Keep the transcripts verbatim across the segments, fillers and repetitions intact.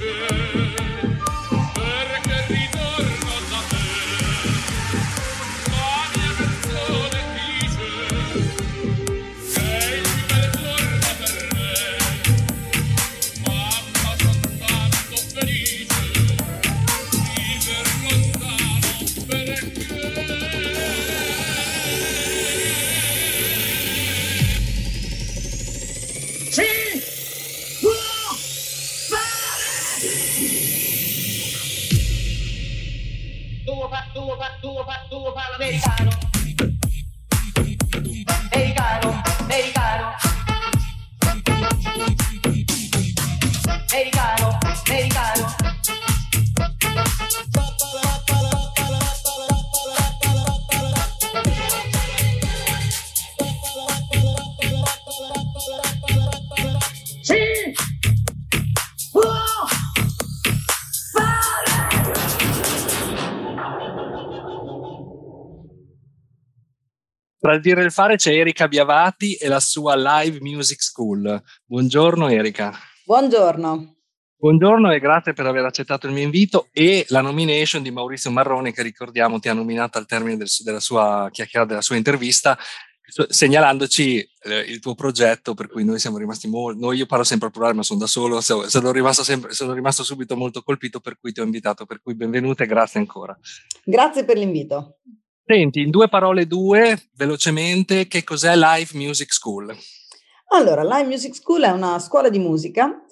Tra il dire e il fare c'è Erika Biavati e la sua Live Music School. Buongiorno Erika. Buongiorno. Buongiorno e grazie per aver accettato il mio invito e la nomination di Maurizio Marroni, che ricordiamo ti ha nominato al termine del, della sua chiacchierata, della sua intervista, segnalandoci eh, il tuo progetto, per cui noi siamo rimasti molto, noi io parlo sempre al plurale ma sono da solo, sono rimasto, sempre, sono rimasto subito molto colpito, per cui ti ho invitato, per cui benvenuta e grazie ancora. Grazie per l'invito. Senti, in due parole due, velocemente, che cos'è Live Music School? Allora, Live Music School è una scuola di musica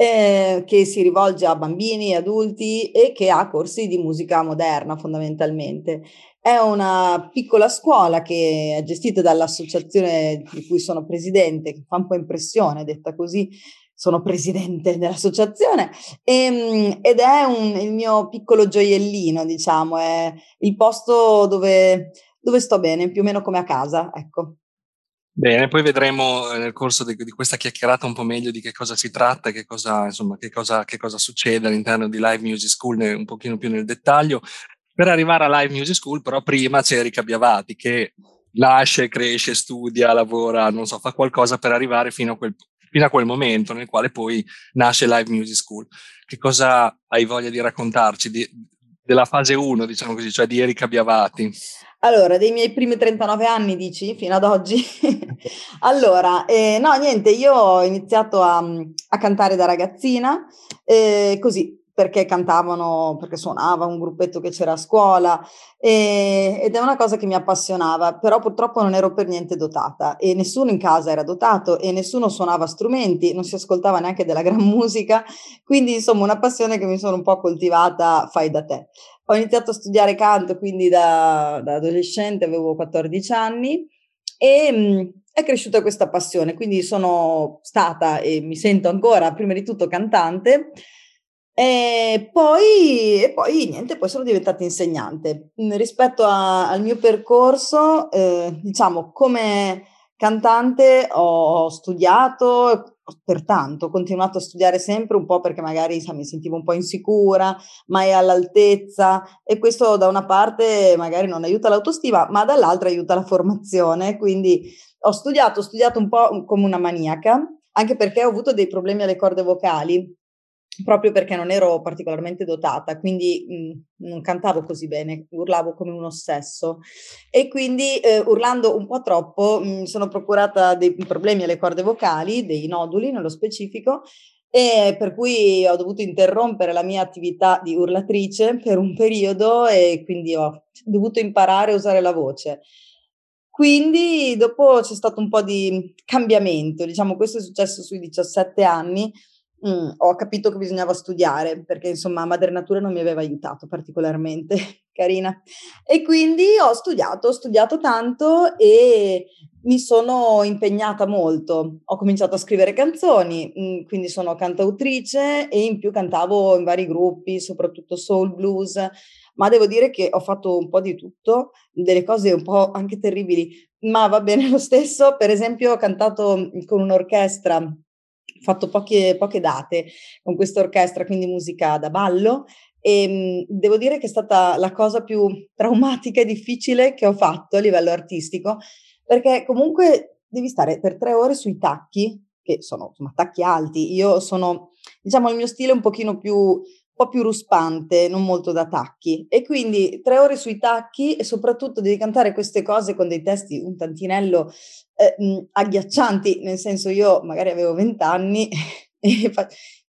eh, che si rivolge a bambini e adulti e che ha corsi di musica moderna fondamentalmente. È una piccola scuola che è gestita dall'associazione di cui sono presidente, che fa un po' impressione, detta così, sono presidente dell'associazione, e, ed è un, il mio piccolo gioiellino, diciamo, è il posto dove, dove sto bene, più o meno come a casa, ecco. Bene, poi vedremo nel corso di, di questa chiacchierata un po' meglio di che cosa si tratta, che cosa, insomma, che cosa, che cosa succede all'interno di Live Music School, un pochino più nel dettaglio. Per arrivare a Live Music School, però, prima c'è Erika Biavati che nasce, cresce, studia, lavora, non so, fa qualcosa per arrivare fino a quel, fino a quel momento nel quale poi nasce Live Music School. Che cosa hai voglia di raccontarci di, della fase uno, diciamo così, cioè di Erika Biavati? Allora, dei miei primi trentanove anni, dici, fino ad oggi? Allora, eh, no, niente, io ho iniziato a, a cantare da ragazzina, eh, così, perché cantavano, perché suonava un gruppetto che c'era a scuola, eh, ed è una cosa che mi appassionava, però purtroppo non ero per niente dotata e nessuno in casa era dotato e nessuno suonava strumenti, non si ascoltava neanche della gran musica, quindi insomma una passione che mi sono un po' coltivata fai da te. Ho iniziato a studiare canto, quindi da, da adolescente, avevo quattordici anni e mh, è cresciuta questa passione, quindi sono stata e mi sento ancora prima di tutto cantante e poi, e poi niente, poi sono diventata insegnante. Rispetto a, al mio percorso, eh, diciamo come cantante ho studiato, pertanto ho continuato a studiare sempre un po' perché magari sa, mi sentivo un po' insicura, mai all'altezza e questo da una parte magari non aiuta l'autostima, ma dall'altra aiuta la formazione, quindi ho studiato, ho studiato un po' come una maniaca, anche perché ho avuto dei problemi alle corde vocali, proprio perché non ero particolarmente dotata, quindi mh, non cantavo così bene, urlavo come un ossesso e quindi eh, urlando un po' troppo mi sono procurata dei problemi alle corde vocali, dei noduli nello specifico, e per cui ho dovuto interrompere la mia attività di urlatrice per un periodo e quindi ho dovuto imparare a usare la voce. Quindi dopo c'è stato un po' di cambiamento, diciamo questo è successo sui diciassette anni. Mm, ho capito che bisognava studiare perché insomma madre natura non mi aveva aiutato particolarmente, carina, e quindi ho studiato, ho studiato tanto e mi sono impegnata molto, ho cominciato a scrivere canzoni, mm, quindi sono cantautrice e in più cantavo in vari gruppi, soprattutto soul blues, ma devo dire che ho fatto un po' di tutto, delle cose un po' anche terribili, ma va bene lo stesso. Per esempio ho cantato con un'orchestra, ho fatto poche, poche date con questa orchestra, quindi musica da ballo, e mh, devo dire che è stata la cosa più traumatica e difficile che ho fatto a livello artistico, perché comunque devi stare per tre ore sui tacchi, che sono insomma tacchi alti. Io sono, diciamo, il mio stile è un pochino più, un po' più ruspante, non molto da tacchi, e quindi tre ore sui tacchi e soprattutto devi cantare queste cose con dei testi un tantinello eh, mh, agghiaccianti, nel senso, io magari avevo vent'anni e fa-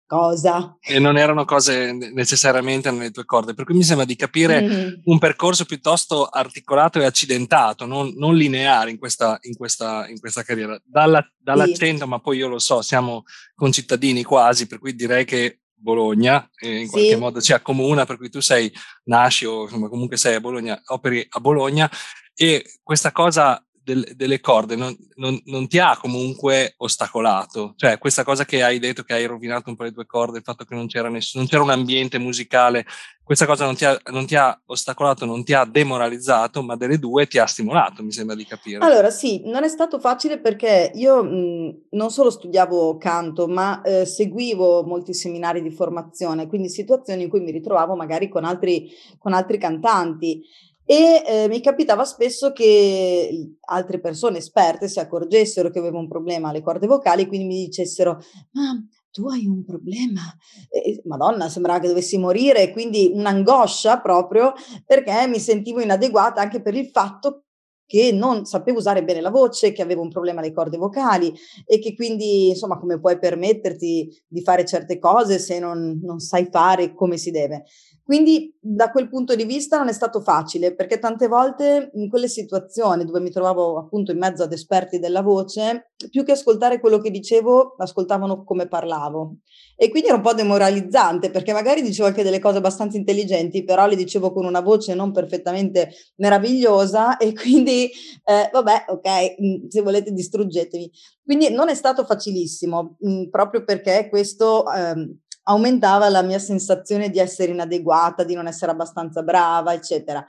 cosa? E non erano cose necessariamente nelle tue corde, per cui mi sembra di capire Mm. un percorso piuttosto articolato e accidentato, non, non lineare in questa, in questa, in questa carriera. Dalla, Sì, dall'accento, ma poi io lo so, siamo concittadini quasi, per cui direi che Bologna eh, in qualche sì. modo ci accomuna, per cui tu sei, nasci o insomma, comunque sei a Bologna, operi a Bologna, e questa cosa del, delle corde non, non, non ti ha comunque ostacolato, cioè questa cosa che hai detto che hai rovinato un po' le tue corde, il fatto che non c'era nessuno, non c'era un ambiente musicale, questa cosa non ti ha, non ti ha ostacolato, non ti ha demoralizzato, ma delle due ti ha stimolato, mi sembra di capire. Allora sì, non è stato facile perché io mh, non solo studiavo canto, ma eh, seguivo molti seminari di formazione, quindi situazioni in cui mi ritrovavo magari con altri, con altri cantanti, e eh, mi capitava spesso che altre persone esperte si accorgessero che avevo un problema alle corde vocali, quindi mi dicessero: ma tu hai un problema? Eh, Madonna, sembrava che dovessi morire, quindi un'angoscia proprio, perché mi sentivo inadeguata anche per il fatto che non sapevo usare bene la voce, che avevo un problema alle corde vocali e che quindi, insomma, come puoi permetterti di fare certe cose se non, non sai fare come si deve. Quindi da quel punto di vista non è stato facile, perché tante volte in quelle situazioni dove mi trovavo appunto in mezzo ad esperti della voce, più che ascoltare quello che dicevo, ascoltavano come parlavo. E quindi era un po' demoralizzante, perché magari dicevo anche delle cose abbastanza intelligenti, però le dicevo con una voce non perfettamente meravigliosa, e quindi eh, vabbè, ok, mh, se volete distruggetemi. Quindi non è stato facilissimo, mh, proprio perché questo ehm, aumentava la mia sensazione di essere inadeguata, di non essere abbastanza brava, eccetera.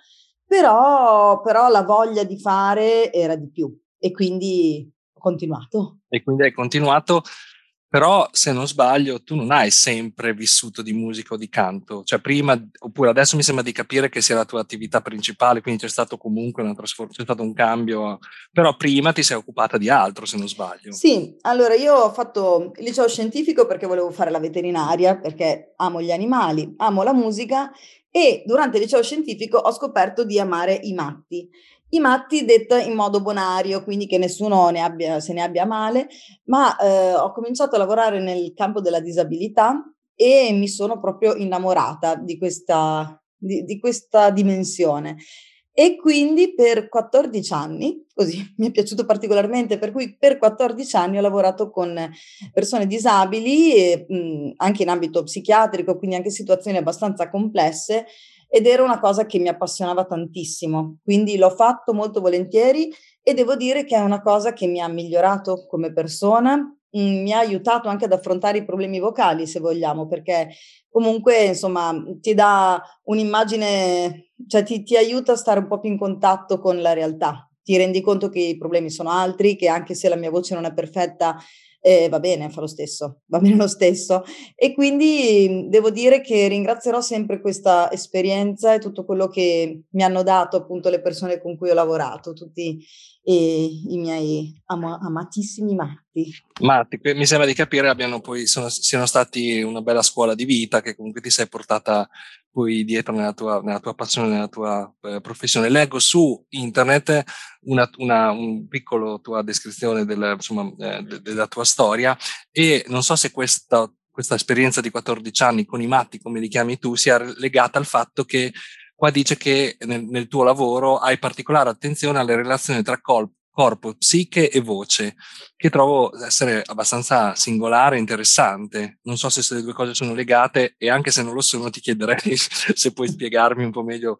Però, però la voglia di fare era di più, e quindi ho continuato. E quindi hai continuato, però se non sbaglio tu non hai sempre vissuto di musica o di canto, cioè prima, oppure adesso mi sembra di capire che sia la tua attività principale, quindi c'è stato comunque una trasformazione, c'è stato un cambio, però prima ti sei occupata di altro, se non sbaglio. Sì, allora io ho fatto il liceo scientifico perché volevo fare la veterinaria, perché amo gli animali, amo la musica, e durante il liceo scientifico ho scoperto di amare i matti. I matti detta in modo bonario, quindi che nessuno ne abbia, se ne abbia male, ma eh, ho cominciato a lavorare nel campo della disabilità e mi sono proprio innamorata di questa, di, di questa dimensione. E quindi per quattordici anni, così mi è piaciuto particolarmente, per cui per quattordici anni ho lavorato con persone disabili, e, mh, anche in ambito psichiatrico, quindi anche situazioni abbastanza complesse, ed era una cosa che mi appassionava tantissimo. Quindi l'ho fatto molto volentieri, e devo dire che è una cosa che mi ha migliorato come persona, mh, mi ha aiutato anche ad affrontare i problemi vocali, se vogliamo, perché comunque, insomma, ti dà un'immagine, cioè ti, ti aiuta a stare un po' più in contatto con la realtà. Ti rendi conto che i problemi sono altri, che anche se la mia voce non è perfetta, eh, va bene, fa lo stesso, va bene lo stesso. E quindi devo dire che ringrazierò sempre questa esperienza e tutto quello che mi hanno dato appunto le persone con cui ho lavorato, tutti i, i miei am- amatissimi matti. Ma ti- mi sembra di capire abbiano poi, sono, siano stati una bella scuola di vita che comunque ti sei portata poi dietro nella tua, nella tua passione, nella tua eh, professione. Leggo su internet una, una un piccolo tua descrizione del, insomma, eh, de- della tua storia, e non so se questa, questa esperienza di quattordici anni con i matti, come li chiami tu, sia legata al fatto che qua dice che nel, nel tuo lavoro hai particolare attenzione alle relazioni tra col- corpo, psiche e voce, che trovo essere abbastanza singolare e interessante. Non so se queste due cose sono legate, e anche se non lo sono ti chiederei se puoi spiegarmi un po' meglio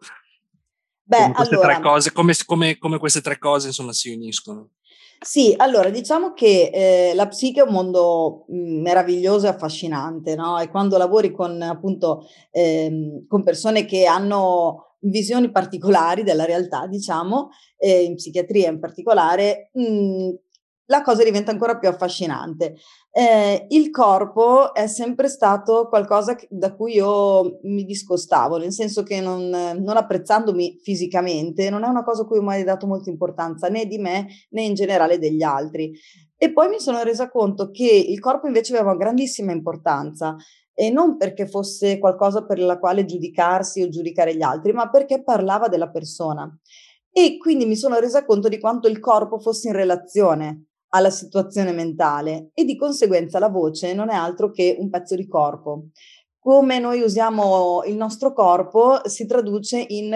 Beh, come queste tre allora, cose, come, come, come queste tre cose insomma si uniscono. sì, allora diciamo che eh, la psiche è un mondo mh, meraviglioso e affascinante, no? E quando lavori con appunto ehm, con persone che hanno visioni particolari della realtà, diciamo, eh, in psichiatria in particolare, mh, la cosa diventa ancora più affascinante. Eh, il corpo è sempre stato qualcosa che, da cui io mi discostavo, nel senso che non, non apprezzandomi fisicamente, non è una cosa a cui ho mai dato molta importanza, né di me né in generale degli altri. E poi mi sono resa conto che il corpo invece aveva una grandissima importanza, e non perché fosse qualcosa per la quale giudicarsi o giudicare gli altri, ma perché parlava della persona. E quindi mi sono resa conto di quanto il corpo fosse in relazione alla situazione mentale, e di conseguenza la voce non è altro che un pezzo di corpo. Come noi usiamo il nostro corpo si traduce in,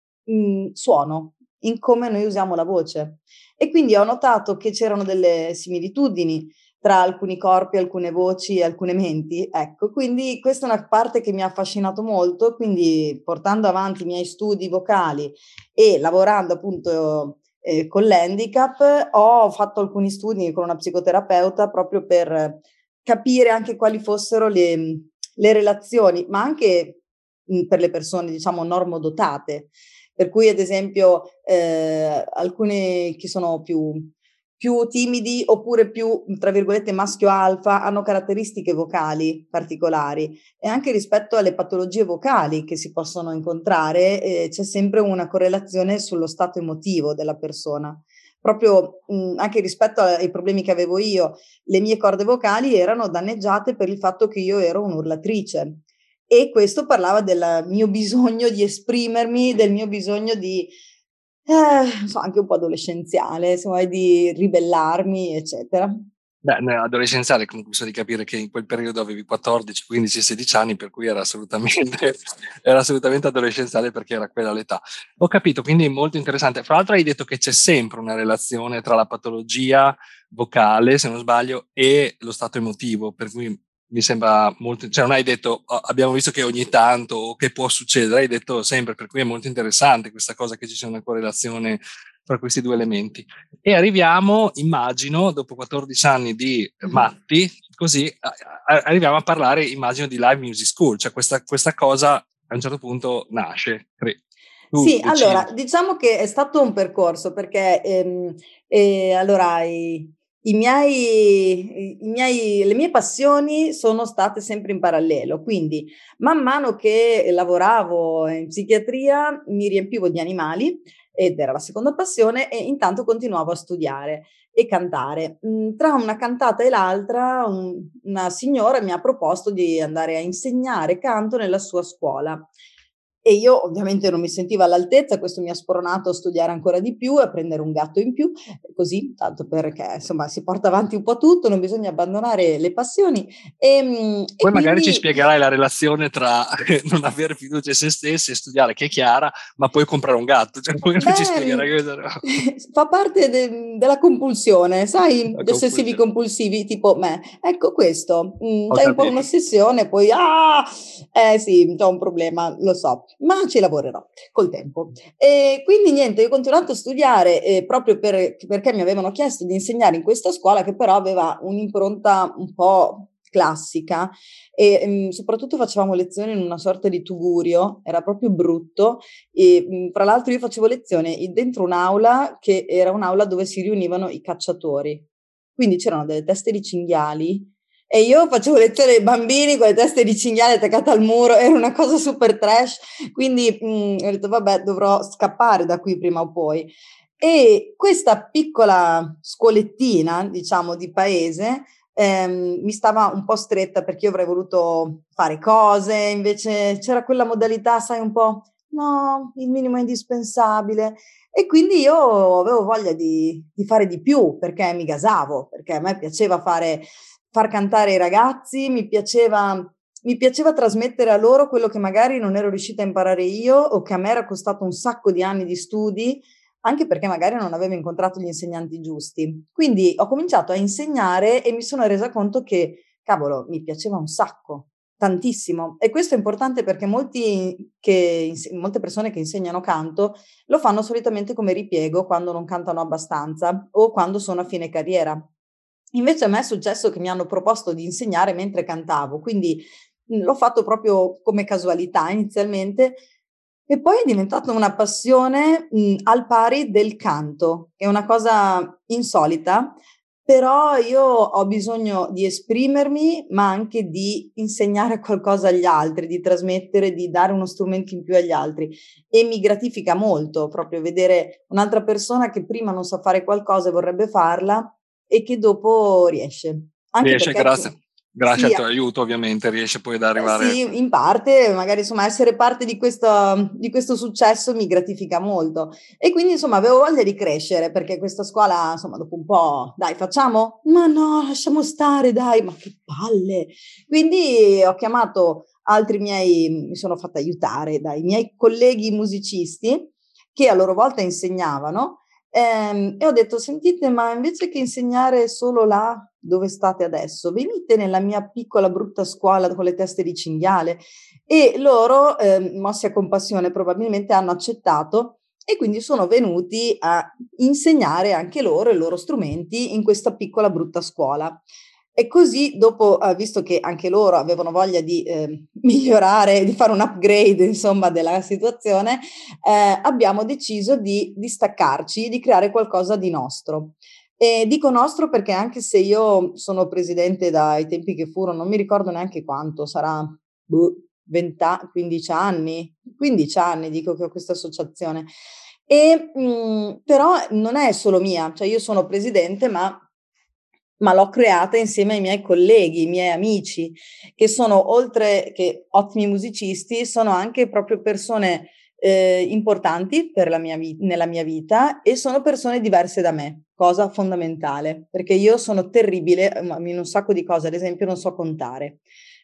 in suono, in come noi usiamo la voce. E quindi ho notato che c'erano delle similitudini tra alcuni corpi, alcune voci e alcune menti. Ecco, quindi questa è una parte che mi ha affascinato molto, quindi portando avanti i miei studi vocali e lavorando appunto eh, con l'handicap, ho fatto alcuni studi con una psicoterapeuta proprio per capire anche quali fossero le, le relazioni, ma anche mh, per le persone, diciamo, normodotate. Per cui, ad esempio, eh, alcuni che sono più più timidi oppure più, tra virgolette, maschio alfa, hanno caratteristiche vocali particolari, e anche rispetto alle patologie vocali che si possono incontrare eh, c'è sempre una correlazione sullo stato emotivo della persona. Proprio mh, anche rispetto ai problemi che avevo io, le mie corde vocali erano danneggiate per il fatto che io ero un'urlatrice, e questo parlava del mio bisogno di esprimermi, del mio bisogno di eh, so, anche un po' adolescenziale, se vuoi, di ribellarmi, eccetera. Beh, adolescenziale comunque so di capire che in quel periodo avevi quattordici, quindici, sedici anni, per cui era assolutamente, era assolutamente adolescenziale, perché era quella l'età. Ho capito, quindi è molto interessante. Fra l'altro hai detto che c'è sempre una relazione tra la patologia vocale, se non sbaglio, e lo stato emotivo, per cui mi sembra molto, cioè non hai detto oh, abbiamo visto che ogni tanto o che può succedere, hai detto sempre, per cui è molto interessante questa cosa che ci sia una correlazione tra questi due elementi. E arriviamo, immagino, dopo quattordici anni di matti, così a, a, arriviamo a parlare, immagino, di Live Music School, cioè questa, questa cosa a un certo punto nasce. Tu Sì, decidi. allora, diciamo che è stato un percorso, perché ehm, eh, allora i, i miei, i miei, le mie passioni sono state sempre in parallelo, quindi man mano che lavoravo in psichiatria mi riempivo di animali, ed era la seconda passione, e intanto continuavo a studiare e cantare. Mm, Tra una cantata e l'altra, un- una signora mi ha proposto di andare a insegnare canto nella sua scuola. E io ovviamente non mi sentivo all'altezza, questo mi ha spronato a studiare ancora di più e a prendere un gatto in più, così, tanto perché insomma si porta avanti un po' tutto, non bisogna abbandonare le passioni. E, e Poi magari ci quindi spiegherai la relazione tra non avere fiducia in se stessi e studiare, che è chiara, ma poi comprare un gatto. Cioè, poi ci spiegherai Beh, cosa no. fa parte de- della compulsione, sai, La gli ossessivi confusione. compulsivi tipo me. Ecco questo, mm, Ho c'hai un po' capito. un'ossessione, poi ah, eh sì, c'ho un problema, lo so, ma ci lavorerò col tempo. E quindi niente, io ho continuato a studiare eh, proprio per- perché mi avevano chiesto di insegnare in questa scuola, che però aveva un'impronta un po' classica, e mh, soprattutto facevamo lezioni in una sorta di tugurio, era proprio brutto. E mh, tra l'altro io facevo lezione dentro un'aula che era un'aula dove si riunivano i cacciatori, quindi c'erano delle teste di cinghiali e io facevo lezione ai bambini con le teste di cinghiali attaccate al muro, era una cosa super trash, quindi mh, ho detto vabbè, dovrò scappare da qui prima o poi. E questa piccola scuolettina, diciamo, di paese, ehm, mi stava un po' stretta, perché io avrei voluto fare cose, invece c'era quella modalità, sai, un po' no, il minimo è indispensabile. E quindi io avevo voglia di, di fare di più, perché mi gasavo, perché a me piaceva fare, far cantare i ragazzi, mi piaceva, mi piaceva trasmettere a loro quello che magari non ero riuscita a imparare io, o che a me era costato un sacco di anni di studi, anche perché magari non avevo incontrato gli insegnanti giusti. Quindi ho cominciato a insegnare e mi sono resa conto che, cavolo, mi piaceva un sacco, tantissimo. E questo è importante perché molti che, molte persone che insegnano canto lo fanno solitamente come ripiego quando non cantano abbastanza o quando sono a fine carriera. Invece a me è successo che mi hanno proposto di insegnare mentre cantavo, quindi mh, l'ho fatto proprio come casualità inizialmente, e poi è diventata una passione mh, al pari del canto, che è una cosa insolita, però io ho bisogno di esprimermi, ma anche di insegnare qualcosa agli altri, di trasmettere, di dare uno strumento in più agli altri. E mi gratifica molto proprio vedere un'altra persona che prima non sa fare qualcosa e vorrebbe farla e che dopo riesce. Anche Riesce, perché grazie, grazie al sì, tuo aiuto ovviamente, riesce poi ad eh arrivare. sì, in parte, magari insomma essere parte di questo, di questo successo mi gratifica molto e quindi insomma avevo voglia di crescere perché questa scuola insomma dopo un po', dai facciamo? Ma no, lasciamo stare dai, ma che palle! Quindi ho chiamato altri miei, mi sono fatta aiutare dai miei colleghi musicisti che a loro volta insegnavano. Ehm, e ho detto, sentite, ma invece che insegnare solo là dove state adesso, venite nella mia piccola brutta scuola con le teste di cinghiale. E loro, ehm, mossi a compassione, probabilmente hanno accettato e quindi sono venuti a insegnare anche loro i loro strumenti in questa piccola brutta scuola. E così dopo, eh, visto che anche loro avevano voglia di eh, migliorare, di fare un upgrade, insomma, della situazione, eh, abbiamo deciso di distaccarci, di creare qualcosa di nostro. E dico nostro perché anche se io sono presidente dai tempi che furono, non mi ricordo neanche quanto, sarà boh, venti, quindici anni, quindici anni dico che ho questa associazione. E, mh, però non è solo mia, cioè io sono presidente, ma ma l'ho creata insieme ai miei colleghi, i miei amici, che sono oltre che ottimi musicisti, sono anche proprio persone eh, importanti per la mia vi- nella mia vita e sono persone diverse da me, cosa fondamentale, perché io sono terribile eh, in un sacco di cose, ad esempio non so contare.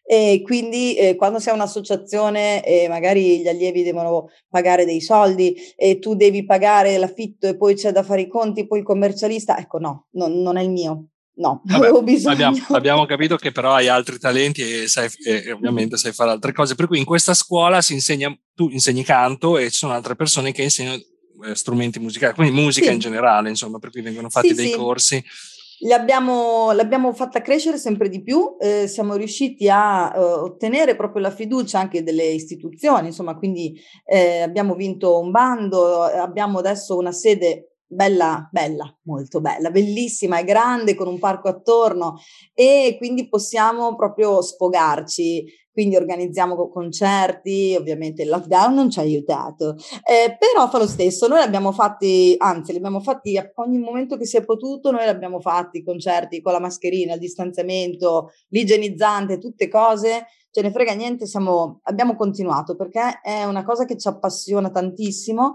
E quindi eh, quando sei un'associazione e magari gli allievi devono pagare dei soldi e tu devi pagare l'affitto e poi c'è da fare i conti, poi il commercialista, ecco no, non, non è il mio. No, Vabbè, avevo abbiamo, bisogno. abbiamo capito che però hai altri talenti e, sai, e, e ovviamente sai fare altre cose. Per cui in questa scuola si insegna, tu insegni canto e ci sono altre persone che insegnano eh, strumenti musicali, quindi musica in Sì, generale, insomma, per cui vengono fatti sì, dei sì. corsi. L'abbiamo, l'abbiamo fatta crescere sempre di più, eh, siamo riusciti a eh, ottenere proprio la fiducia anche delle istituzioni, insomma, quindi eh, abbiamo vinto un bando, abbiamo adesso una sede bella, bella, molto bella, bellissima e grande con un parco attorno e quindi possiamo proprio sfogarci. Quindi organizziamo concerti, ovviamente il lockdown non ci ha aiutato, eh, però fa lo stesso, noi l'abbiamo fatti, anzi li abbiamo fatti a ogni momento che si è potuto, noi l'abbiamo fatti, concerti con la mascherina, il distanziamento, l'igienizzante, tutte cose, ce ne frega niente, siamo, abbiamo continuato perché è una cosa che ci appassiona tantissimo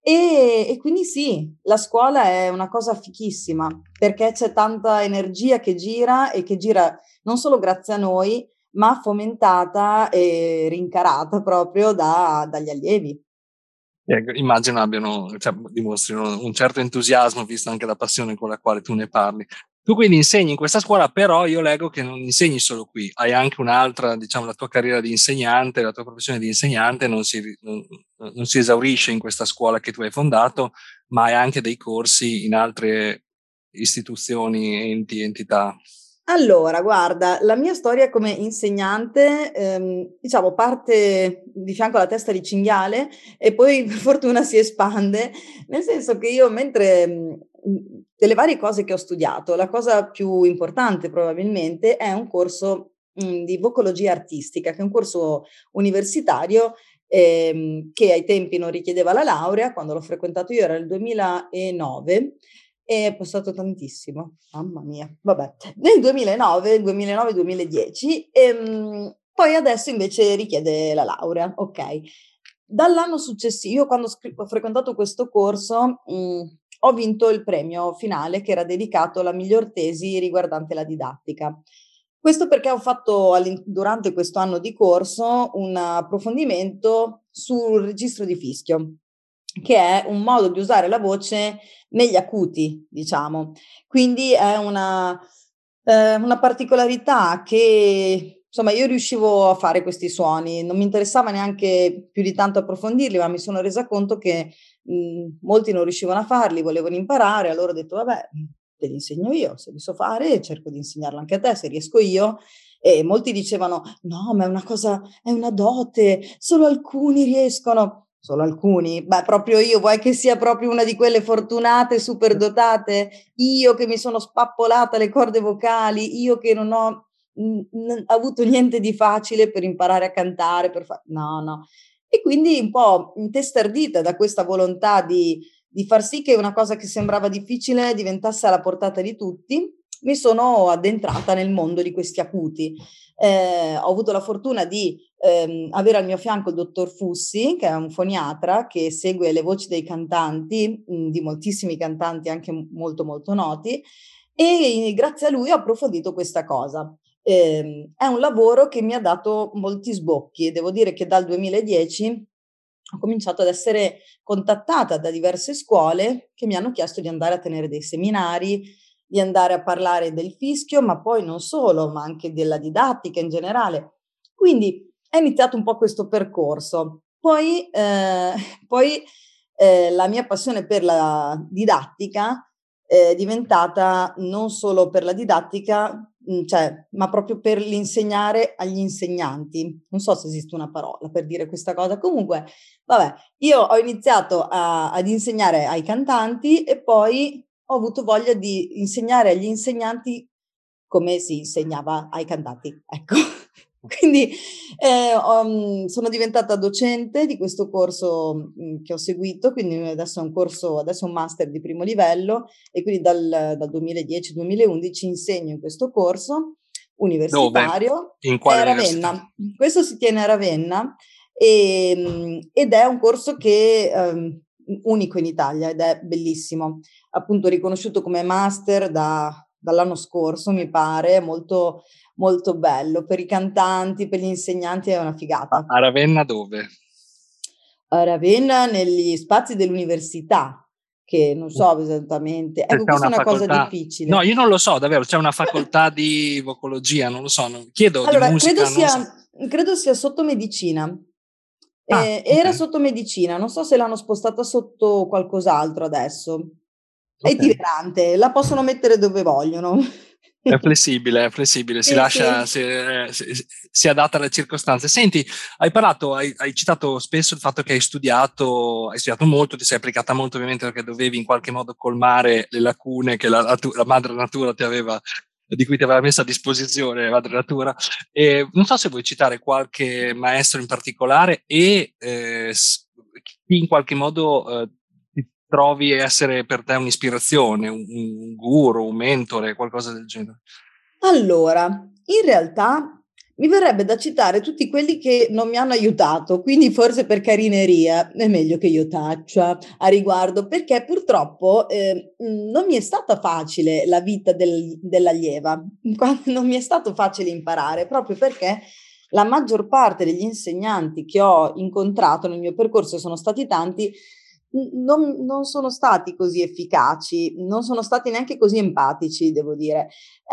e, e quindi sì, la scuola è una cosa fichissima perché c'è tanta energia che gira e che gira non solo grazie a noi, ma fomentata e rincarata proprio da, dagli allievi. Eh, immagino abbiano, cioè, dimostrino un certo entusiasmo, vista anche la passione con la quale tu ne parli. Tu quindi insegni in questa scuola, però io leggo che non insegni solo qui, hai anche un'altra, diciamo, la tua carriera di insegnante, la tua professione di insegnante non si, non, non si esaurisce in questa scuola che tu hai fondato, ma hai anche dei corsi in altre istituzioni, enti, entità. Allora, guarda, la mia storia come insegnante, ehm, diciamo, parte di fianco alla testa di cinghiale e poi per fortuna si espande, nel senso che io mentre mh, delle varie cose che ho studiato, la cosa più importante probabilmente è un corso mh, di vocologia artistica, che è un corso universitario ehm, che ai tempi non richiedeva la laurea, quando l'ho frequentato io era il duemilanove. E è passato tantissimo, mamma mia, vabbè, nel duemilanove, duemilanove-duemiladieci, e poi adesso invece richiede la laurea, ok. Dall'anno successivo, io quando scri- ho frequentato questo corso, mh, ho vinto il premio finale che era dedicato alla miglior tesi riguardante la didattica. Questo perché ho fatto durante questo anno di corso un approfondimento sul registro di fischio, che è un modo di usare la voce negli acuti, diciamo. Quindi è una, eh, una particolarità che, insomma, io riuscivo a fare questi suoni, non mi interessava neanche più di tanto approfondirli, ma mi sono resa conto che mh, molti non riuscivano a farli, volevano imparare, allora ho detto, vabbè, te li insegno io, se li so fare cerco di insegnarlo anche a te, se riesco io. E molti dicevano, no, ma è una cosa, è una dote, solo alcuni riescono. Solo alcuni? Beh, proprio io, vuoi che sia proprio una di quelle fortunate, super dotate? Io che mi sono spappolata le corde vocali, io che non ho mh, n- avuto niente di facile per imparare a cantare, per fa- no, no. E quindi un po' intestardita da questa volontà di, di far sì che una cosa che sembrava difficile diventasse alla portata di tutti, mi sono addentrata nel mondo di questi acuti. Eh, ho avuto la fortuna di ehm, avere al mio fianco il dottor Fussi, che è un foniatra che segue le voci dei cantanti, mh, di moltissimi cantanti anche molto molto noti, e grazie a lui ho approfondito questa cosa. Eh, è un lavoro che mi ha dato molti sbocchi e devo dire che dal duemiladieci ho cominciato ad essere contattata da diverse scuole che mi hanno chiesto di andare a tenere dei seminari, di andare a parlare del fischio, ma poi non solo, ma anche della didattica in generale. Quindi è iniziato un po' questo percorso. Poi, eh, poi eh, la mia passione per la didattica è diventata non solo per la didattica, mh, cioè, ma proprio per l'insegnare agli insegnanti. Non so se esiste una parola per dire questa cosa. Comunque, vabbè, io ho iniziato a, ad insegnare ai cantanti e poi ho avuto voglia di insegnare agli insegnanti come si insegnava ai cantanti. Ecco. Quindi eh, ho, sono diventata docente di questo corso mh, che ho seguito, quindi adesso è un corso, adesso è un master di primo livello e quindi dal, dal duemiladieci-duemilaundici insegno in questo corso Dove? universitario. In È quale a università? Ravenna. Questo si tiene a Ravenna e, ed è un corso che um, unico in Italia ed è bellissimo, appunto riconosciuto come master da, dall'anno scorso, mi pare, molto, molto bello. Per i cantanti, per gli insegnanti è una A, figata. a Ravenna dove? A Ravenna, negli spazi dell'università, che non so esattamente. Se Ecco, c'è questa è una una cosa facoltà, no, difficile. io non lo so, davvero, c'è una facoltà di vocologia, non lo so, non, chiedo di Allora, credo musica, non lo sia, so. credo sia sotto medicina. Ah, Eh, ok, era sotto medicina, non so se l'hanno spostata sotto qualcos'altro adesso. È ok. itinerante, la possono mettere dove vogliono. È flessibile, è flessibile, si Sì, lascia, sì. si, eh, si- si adatta alle circostanze. Senti, hai parlato, hai, hai citato spesso il fatto che hai studiato, hai studiato molto, ti sei applicata molto ovviamente perché dovevi in qualche modo colmare le lacune che la, natu- la madre natura ti aveva, di cui ti aveva messo a disposizione, la madre natura. E non so se vuoi citare qualche maestro in particolare e eh, s- chi in qualche modo eh, ti trovi essere per te un'ispirazione, un, un guru, un mentore, qualcosa del genere. Allora, in realtà mi verrebbe da citare tutti quelli che non mi hanno aiutato, quindi forse per carineria è meglio che io taccia a riguardo, perché purtroppo eh, mh, non mi è stata facile la vita del- dell'allieva, non mi è stato facile imparare, proprio perché la maggior parte degli insegnanti che ho incontrato nel mio percorso, sono stati tanti, non, non sono stati così efficaci, non sono stati neanche così empatici, devo dire.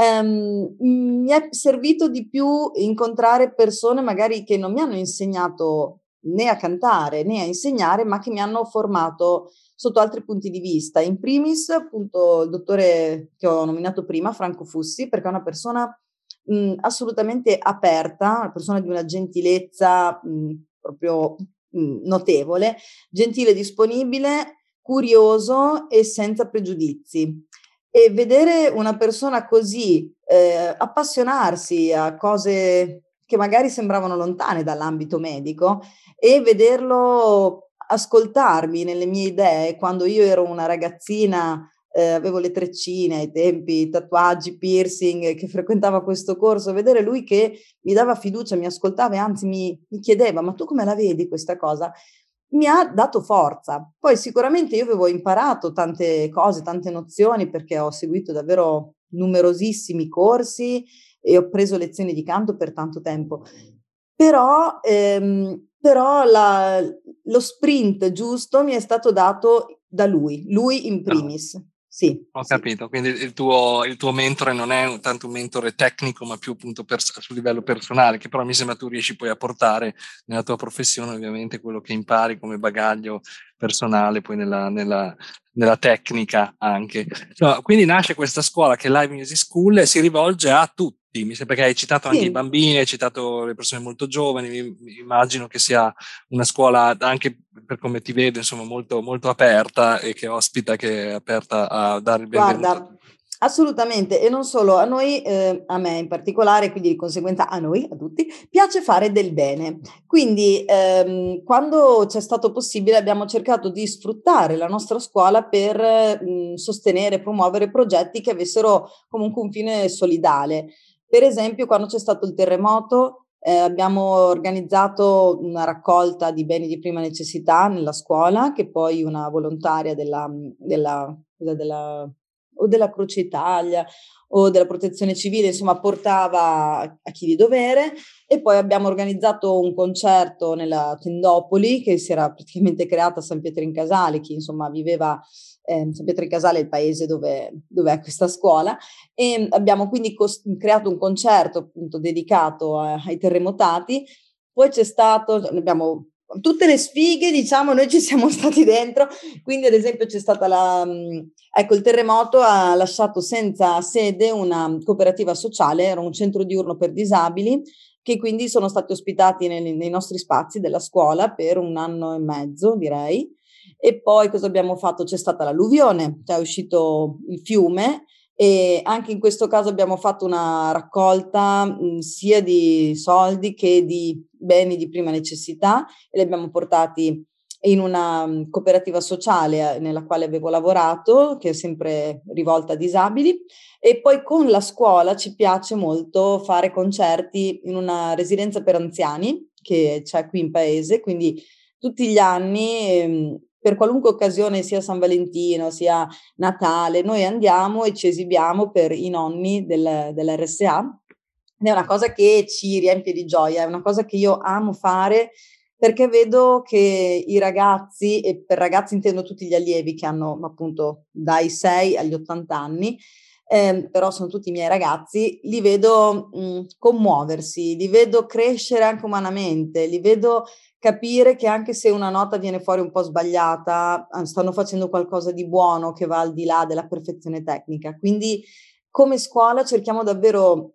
Um, mi è servito di più incontrare persone magari che non mi hanno insegnato né a cantare né a insegnare, ma che mi hanno formato sotto altri punti di vista. In primis, appunto, il dottore che ho nominato prima, Franco Fussi, perché è una persona mh, assolutamente aperta, una persona di una gentilezza mh, proprio mh, notevole, gentile, disponibile, curioso e senza pregiudizi. E vedere una persona così eh, appassionarsi a cose che magari sembravano lontane dall'ambito medico e vederlo ascoltarmi nelle mie idee quando io ero una ragazzina, eh, avevo le treccine ai tempi, tatuaggi, piercing, che frequentava questo corso, vedere lui che mi dava fiducia, mi ascoltava e anzi mi, mi chiedeva: ma tu come la vedi questa cosa? Mi ha dato forza. Poi sicuramente io avevo imparato tante cose, tante nozioni, perché ho seguito davvero numerosissimi corsi e ho preso lezioni di canto per tanto tempo. Però, ehm, però la, lo sprint giusto mi è stato dato da lui, lui in Ah, primis. Sì, ho sì. capito, quindi il tuo, il tuo mentore non è un- tanto un mentore tecnico, ma più appunto pers- sul livello personale, che però mi sembra tu riesci poi a portare nella tua professione, ovviamente, quello che impari come bagaglio personale, poi nella, nella- nella tecnica anche. No, quindi nasce questa scuola che è Live Music School e si rivolge a tutti, tutti, mi sembra che hai citato anche Sì. i bambini, hai citato le persone molto giovani, mi, mi immagino che sia una scuola anche per come ti vedo, insomma, molto, molto aperta e che ospita, che è aperta a dare il benvenuto. Guarda, assolutamente, e non solo, a noi, eh, a me in particolare, quindi di conseguenza a noi, a tutti, piace fare del bene. Quindi ehm, quando c'è stato possibile abbiamo cercato di sfruttare la nostra scuola per mh, sostenere, promuovere progetti che avessero comunque un fine solidale. Per esempio, quando c'è stato il terremoto, eh, abbiamo organizzato una raccolta di beni di prima necessità nella scuola, che poi una volontaria della, della, della o della Croce Italia o della Protezione Civile, insomma, portava a chi di dovere. E poi abbiamo organizzato un concerto nella Tendopoli che si era praticamente creata a San Pietro in Casale, chi insomma viveva eh, San Pietro in Casale è il paese dove, dove è questa scuola, e abbiamo quindi cos- creato un concerto appunto dedicato a, ai terremotati. Poi c'è stato, abbiamo tutte le sfighe, diciamo, noi ci siamo stati dentro, quindi ad esempio c'è stata la, ecco, il terremoto ha lasciato senza sede una cooperativa sociale, era un centro diurno per disabili, che quindi sono stati ospitati nei, nei nostri spazi della scuola per un anno e mezzo, direi. E poi cosa abbiamo fatto? C'è stata l'alluvione, cioè è uscito il fiume, e anche in questo caso abbiamo fatto una raccolta mh, sia di soldi che di beni di prima necessità, e li abbiamo portati in una mh, cooperativa sociale nella quale avevo lavorato, che è sempre rivolta a disabili. E poi con la scuola ci piace molto fare concerti in una residenza per anziani che c'è qui in paese, quindi tutti gli anni mh, per qualunque occasione, sia San Valentino, sia Natale, noi andiamo e ci esibiamo per i nonni del, dell'R S A. Ed è una cosa che ci riempie di gioia, è una cosa che io amo fare, perché vedo che i ragazzi, e per ragazzi intendo tutti gli allievi che hanno appunto dai sei agli ottanta anni, eh, però sono tutti i miei ragazzi, li vedo mh, commuoversi, li vedo crescere anche umanamente, li vedo capire che anche se una nota viene fuori un po' sbagliata, stanno facendo qualcosa di buono che va al di là della perfezione tecnica. Quindi come scuola cerchiamo davvero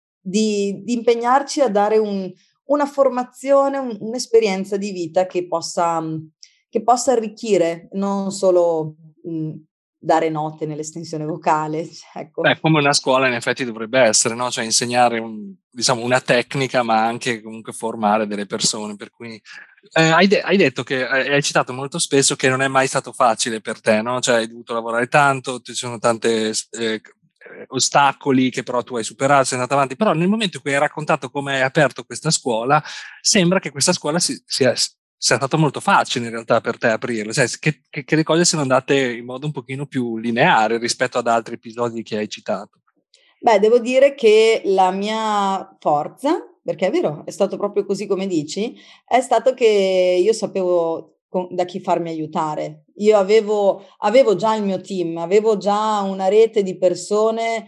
di, di impegnarci a dare un, una formazione, un, un'esperienza di vita che possa, che possa arricchire, non solo mh, dare note nell'estensione vocale. Ecco. Beh, come una scuola in effetti dovrebbe essere, no? Cioè insegnare un, diciamo, una tecnica, ma anche comunque formare delle persone. Per cui eh, hai, de- hai detto che hai citato molto spesso che non è mai stato facile per te, no? Cioè hai dovuto lavorare tanto, ci sono tanti eh, ostacoli che però tu hai superato, sei andato avanti. Però nel momento in cui hai raccontato come hai aperto questa scuola, sembra che questa scuola si, sia sia stato molto facile in realtà per te aprirlo, cioè, che, che, che le cose siano andate in modo un pochino più lineare rispetto ad altri episodi che hai citato. Beh, devo dire che la mia forza, perché è vero, è stato proprio così come dici, è stato che io sapevo con- da chi farmi aiutare. Io avevo, avevo già il mio team, avevo già una rete di persone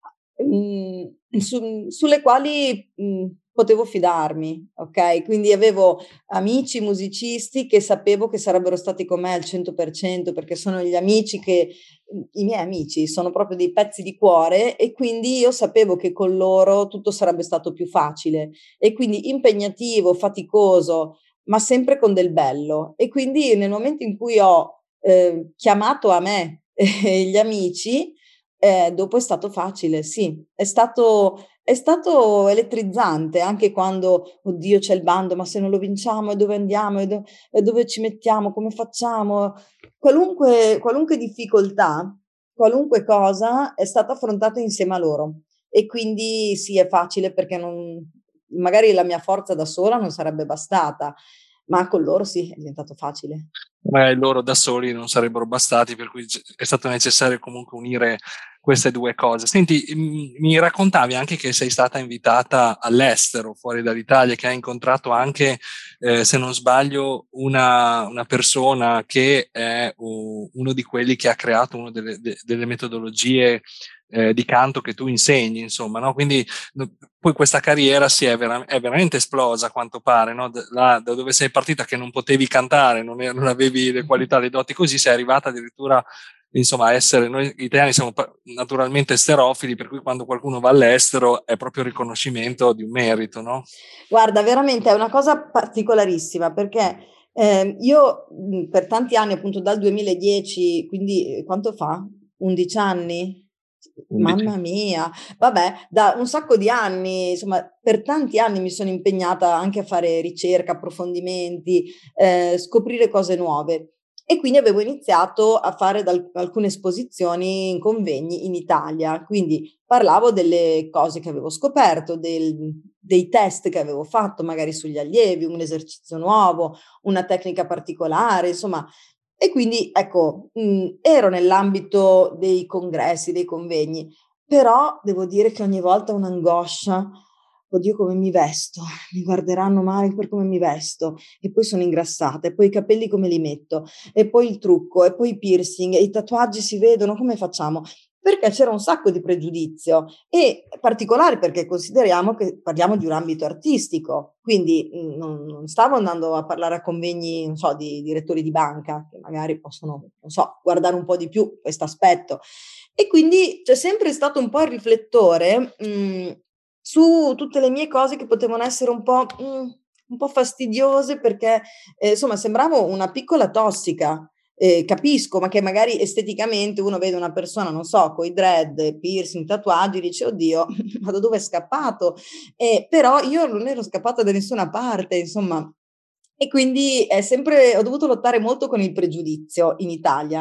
mh, su- sulle quali mh, potevo fidarmi, ok? Quindi avevo amici musicisti che sapevo che sarebbero stati con me al cento per cento, perché sono gli amici che i miei amici sono proprio dei pezzi di cuore, e quindi io sapevo che con loro tutto sarebbe stato più facile, e quindi impegnativo, faticoso, ma sempre con del bello. E quindi nel momento in cui ho eh, chiamato a me eh, gli amici, eh, dopo è stato facile, sì, è stato, è stato elettrizzante anche quando, oddio, c'è il bando, ma se non lo vinciamo, e dove andiamo, e, do- e dove ci mettiamo, come facciamo? Qualunque, qualunque difficoltà, qualunque cosa è stata affrontata insieme a loro. E quindi sì, è facile perché non, magari la mia forza da sola non sarebbe bastata, ma con loro sì, è diventato facile. Eh, loro da soli non sarebbero bastati, per cui è stato necessario comunque unire queste due cose. Senti, m- mi raccontavi anche che sei stata invitata all'estero, fuori dall'Italia, che hai incontrato anche, eh, se non sbaglio, una, una persona che è uh, uno di quelli che ha creato una delle, de- delle metodologie eh, di canto che tu insegni, insomma, no? Quindi no, poi questa carriera si è, vera- è veramente esplosa a quanto pare, no? Da, là, da dove sei partita che non potevi cantare, non, è- non avevi le qualità, le doti, così sei arrivata addirittura insomma, essere, noi italiani siamo naturalmente esterofili, per cui quando qualcuno va all'estero è proprio il riconoscimento di un merito, no? Guarda, veramente è una cosa particolarissima, perché eh, io mh, per tanti anni, appunto dal duemiladieci, quindi eh, quanto fa? undici anni? undici. Mamma mia, vabbè, da un sacco di anni, insomma, per tanti anni mi sono impegnata anche a fare ricerca, approfondimenti, eh, scoprire cose nuove. E quindi avevo iniziato a fare dal- alcune esposizioni in convegni in Italia, quindi parlavo delle cose che avevo scoperto, del, dei test che avevo fatto magari sugli allievi, un esercizio nuovo, una tecnica particolare, insomma. E quindi ecco, mh, ero nell'ambito dei congressi, dei convegni, però devo dire che ogni volta un'angoscia, oddio come mi vesto, mi guarderanno male per come mi vesto, e poi sono ingrassata, e poi i capelli come li metto, e poi il trucco, e poi i piercing, e i tatuaggi si vedono, come facciamo? Perché c'era un sacco di pregiudizio, e particolare perché consideriamo che parliamo di un ambito artistico, quindi mh, non, non stavo andando a parlare a convegni, non so, di direttori di banca, che magari possono, non so, guardare un po' di più questo aspetto. E quindi c'è sempre stato un po' il riflettore mh, su tutte le mie cose che potevano essere un po', mh, un po' fastidiose, perché eh, insomma sembravo una piccola tossica. Eh, capisco, ma che magari esteticamente uno vede una persona, non so, con i dread, piercing, tatuaggi, dice oddio, ma da dove è scappato? Eh, però io non ero scappata da nessuna parte, insomma. E quindi è sempre, ho dovuto lottare molto con il pregiudizio in Italia.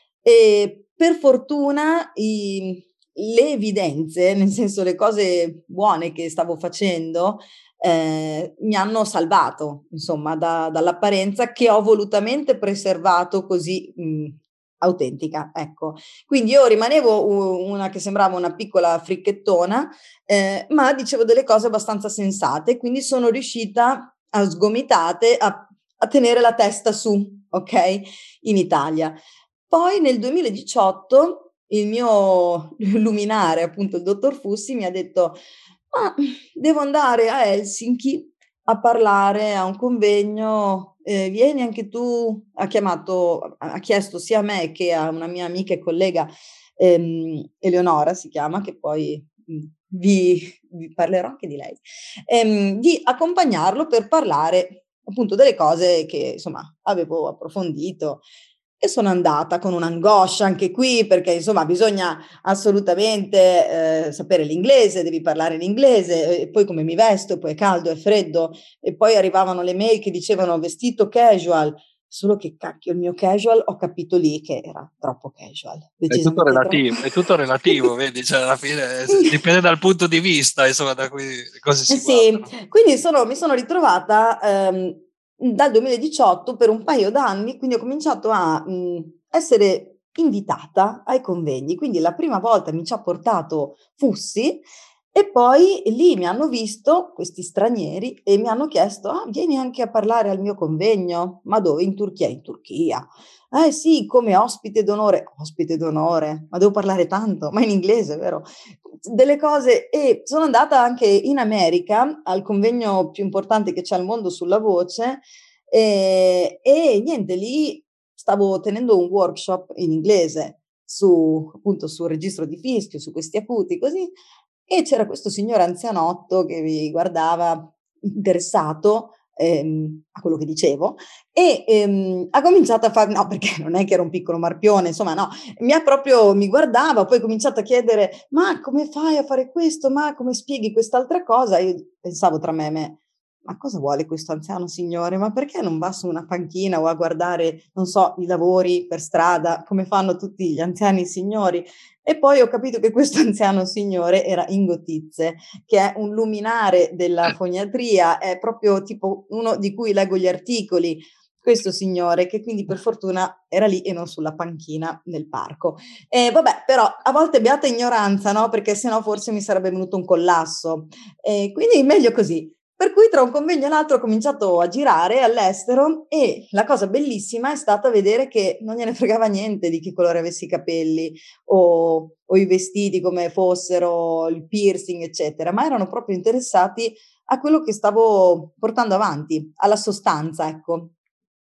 E per fortuna i, le evidenze, nel senso le cose buone che stavo facendo, eh, mi hanno salvato, insomma, da, dall'apparenza che ho volutamente preservato così mh, autentica, ecco. Quindi io rimanevo una che sembrava una piccola fricchettona, eh, ma dicevo delle cose abbastanza sensate, quindi sono riuscita a sgomitate a, a tenere la testa su, ok, in Italia. Poi nel duemiladiciotto il mio luminare, appunto il dottor Fussi, mi ha detto ma devo andare a Helsinki a parlare a un convegno, eh, vieni anche tu, ha chiamato, ha chiesto sia a me che a una mia amica e collega, ehm, Eleonora si chiama, che poi mh, vi, vi parlerò anche di lei, ehm, di accompagnarlo per parlare appunto delle cose che insomma avevo approfondito. E sono andata con un'angoscia anche qui, perché insomma bisogna assolutamente eh, sapere l'inglese, devi parlare l'inglese, e poi come mi vesto, poi è caldo, è freddo, e poi arrivavano le mail che dicevano vestito casual, solo che cacchio il mio casual, ho capito lì che era troppo casual, È tutto decisamente troppo. relativo, è tutto relativo, vedi? Cioè, alla fine eh, dipende dal punto di vista, insomma, da cui le cose Eh si sì, guardano. quindi sono, mi sono ritrovata ehm, dal duemiladiciotto per un paio d'anni, quindi ho cominciato a mh, essere invitata ai convegni. Quindi la prima volta mi ci ha portato Fussi, e poi lì mi hanno visto questi stranieri e mi hanno chiesto: ah, vieni anche a parlare al mio convegno? Ma dove? In Turchia? In Turchia. Eh sì, come ospite d'onore. Ospite d'onore? Ma devo parlare tanto? Ma in inglese, vero? Delle cose. E sono andata anche in America al convegno più importante che c'è al mondo sulla voce, e, e niente, lì stavo tenendo un workshop in inglese su appunto sul registro di fischio, su questi acuti, così, e c'era questo signore anzianotto che mi guardava interessato ehm, a quello che dicevo, e ehm, ha cominciato a fare, no, perché non è che era un piccolo marpione, insomma, no, mi ha proprio, mi guardava, poi ha cominciato a chiedere, ma come fai a fare questo? Ma come spieghi quest'altra cosa? Io pensavo tra me e me, ma cosa vuole questo anziano signore? Ma perché non va su una panchina o a guardare, non so, i lavori per strada, come fanno tutti gli anziani signori? E poi ho capito che questo anziano signore era Ingo Tizze, che è un luminare della foniatria, è proprio tipo uno di cui leggo gli articoli, questo signore, che quindi per fortuna era lì e non sulla panchina nel parco. E vabbè, però a volte beata ignoranza, no? Perché sennò forse mi sarebbe venuto un collasso. E quindi meglio così. Per cui tra un convegno e l'altro ho cominciato a girare all'estero, e la cosa bellissima è stata vedere che non gliene fregava niente di che colore avessi i capelli o, o i vestiti come fossero, il piercing, eccetera, ma erano proprio interessati a quello che stavo portando avanti, alla sostanza, ecco.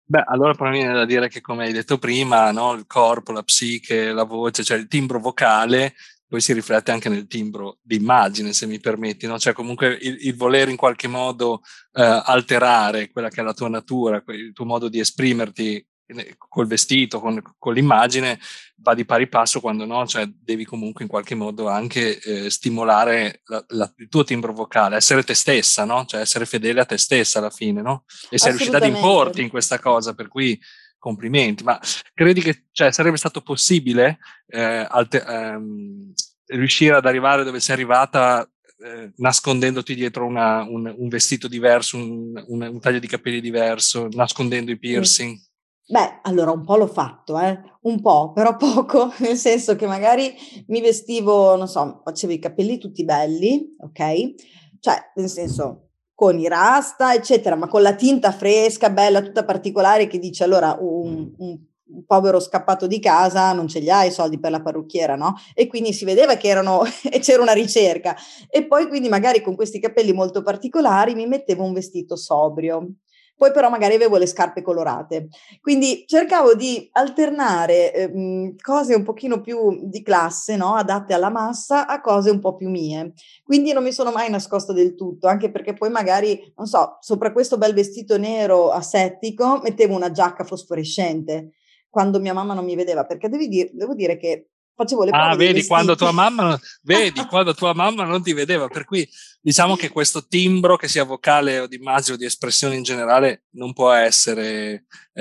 Beh, allora però mi viene da dire che, come hai detto prima, no, il corpo, la psiche, la voce, cioè il timbro vocale, poi si riflette anche nel timbro d'immagine, se mi permetti, no? Cioè comunque il, il voler in qualche modo eh, alterare quella che è la tua natura, il tuo modo di esprimerti col vestito, con, con l'immagine, va di pari passo quando no, cioè devi comunque in qualche modo anche eh, stimolare la, la, il tuo timbro vocale, essere te stessa, no? Cioè essere fedele a te stessa alla fine, no? E sei riuscita ad importi Assolutamente. in questa cosa, per cui complimenti. Ma credi che, cioè, sarebbe stato possibile eh, alte- ehm, riuscire ad arrivare dove sei arrivata eh, nascondendoti dietro una, un, un vestito diverso, un, un, un taglio di capelli diverso, nascondendo i Mm. piercing? Beh, allora un po' l'ho fatto, eh? Un po', però poco, nel senso che magari mi vestivo, non so, facevo i capelli tutti belli, ok? Cioè, nel senso, con i rasta, eccetera, ma con la tinta fresca, bella, tutta particolare, che dice allora un, un, un povero scappato di casa non ce li ha i soldi per la parrucchiera, no? E quindi si vedeva che erano, e c'era una ricerca. E poi quindi magari con questi capelli molto particolari mi mettevo un vestito sobrio. Poi però magari avevo le scarpe colorate. Quindi cercavo di alternare eh, cose un pochino più di classe, no? Adatte alla massa, a cose un po' più mie. Quindi non mi sono mai nascosta del tutto, anche perché poi magari, non so, sopra questo bel vestito nero asettico mettevo una giacca fosforescente quando mia mamma non mi vedeva, perché devi dir- devo dire che facevo le Ah, prove dei vedi quando vestiti. tua mamma, vedi quando tua mamma non ti vedeva, per cui diciamo che questo timbro, che sia vocale o di immagine o di espressione in generale, non può essere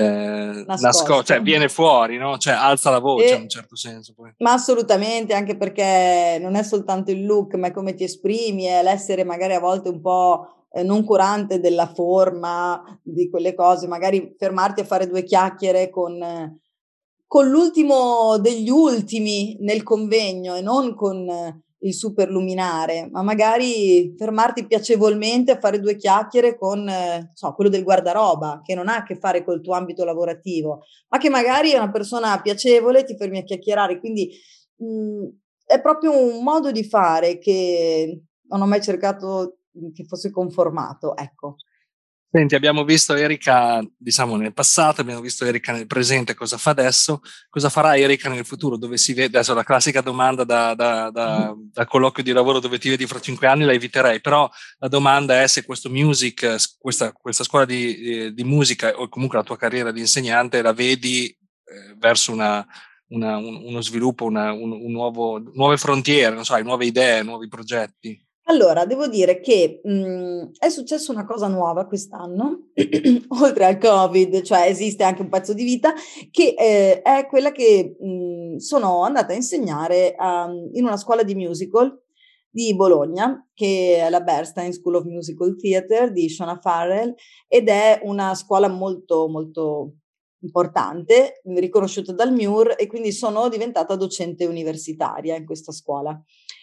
eh, nascosto, Nascosto. cioè viene fuori, no? Cioè alza la voce in un E, certo senso. Poi. ma assolutamente, anche perché non è soltanto il look, ma è come ti esprimi, è l'essere magari a volte un po' eh, non curante della forma, di quelle cose, magari fermarti a fare due chiacchiere con, eh, con l'ultimo degli ultimi nel convegno e non con eh, il super luminare, ma magari fermarti piacevolmente a fare due chiacchiere con, eh, so, quello del guardaroba, che non ha a che fare col tuo ambito lavorativo, ma che magari è una persona piacevole, ti fermi a chiacchierare, quindi mh, è proprio un modo di fare che non ho mai cercato che fosse conformato, ecco. Senti, abbiamo visto Erika, diciamo, nel passato, abbiamo visto Erika nel presente, cosa fa adesso, cosa farà Erika nel futuro, dove si vede, adesso la classica domanda da, da, da, da colloquio di lavoro dove ti vedi fra cinque anni la eviterei, però la domanda è se questo music, questa, questa scuola di, di musica o comunque la tua carriera di insegnante la vedi eh, verso una, una, un, uno sviluppo, una, un, un nuovo, nuove frontiere, non so, nuove idee, nuovi progetti. Allora, devo dire che mh, è successa una cosa nuova quest'anno, oltre al Covid, cioè esiste anche un pezzo di vita, che eh, è quella che mh, sono andata a insegnare a, in una scuola di musical di Bologna, che è la Bernstein School of Musical Theatre di Shona Farrell, ed è una scuola molto, molto importante, riconosciuta dal M U R, e quindi sono diventata docente universitaria in questa scuola.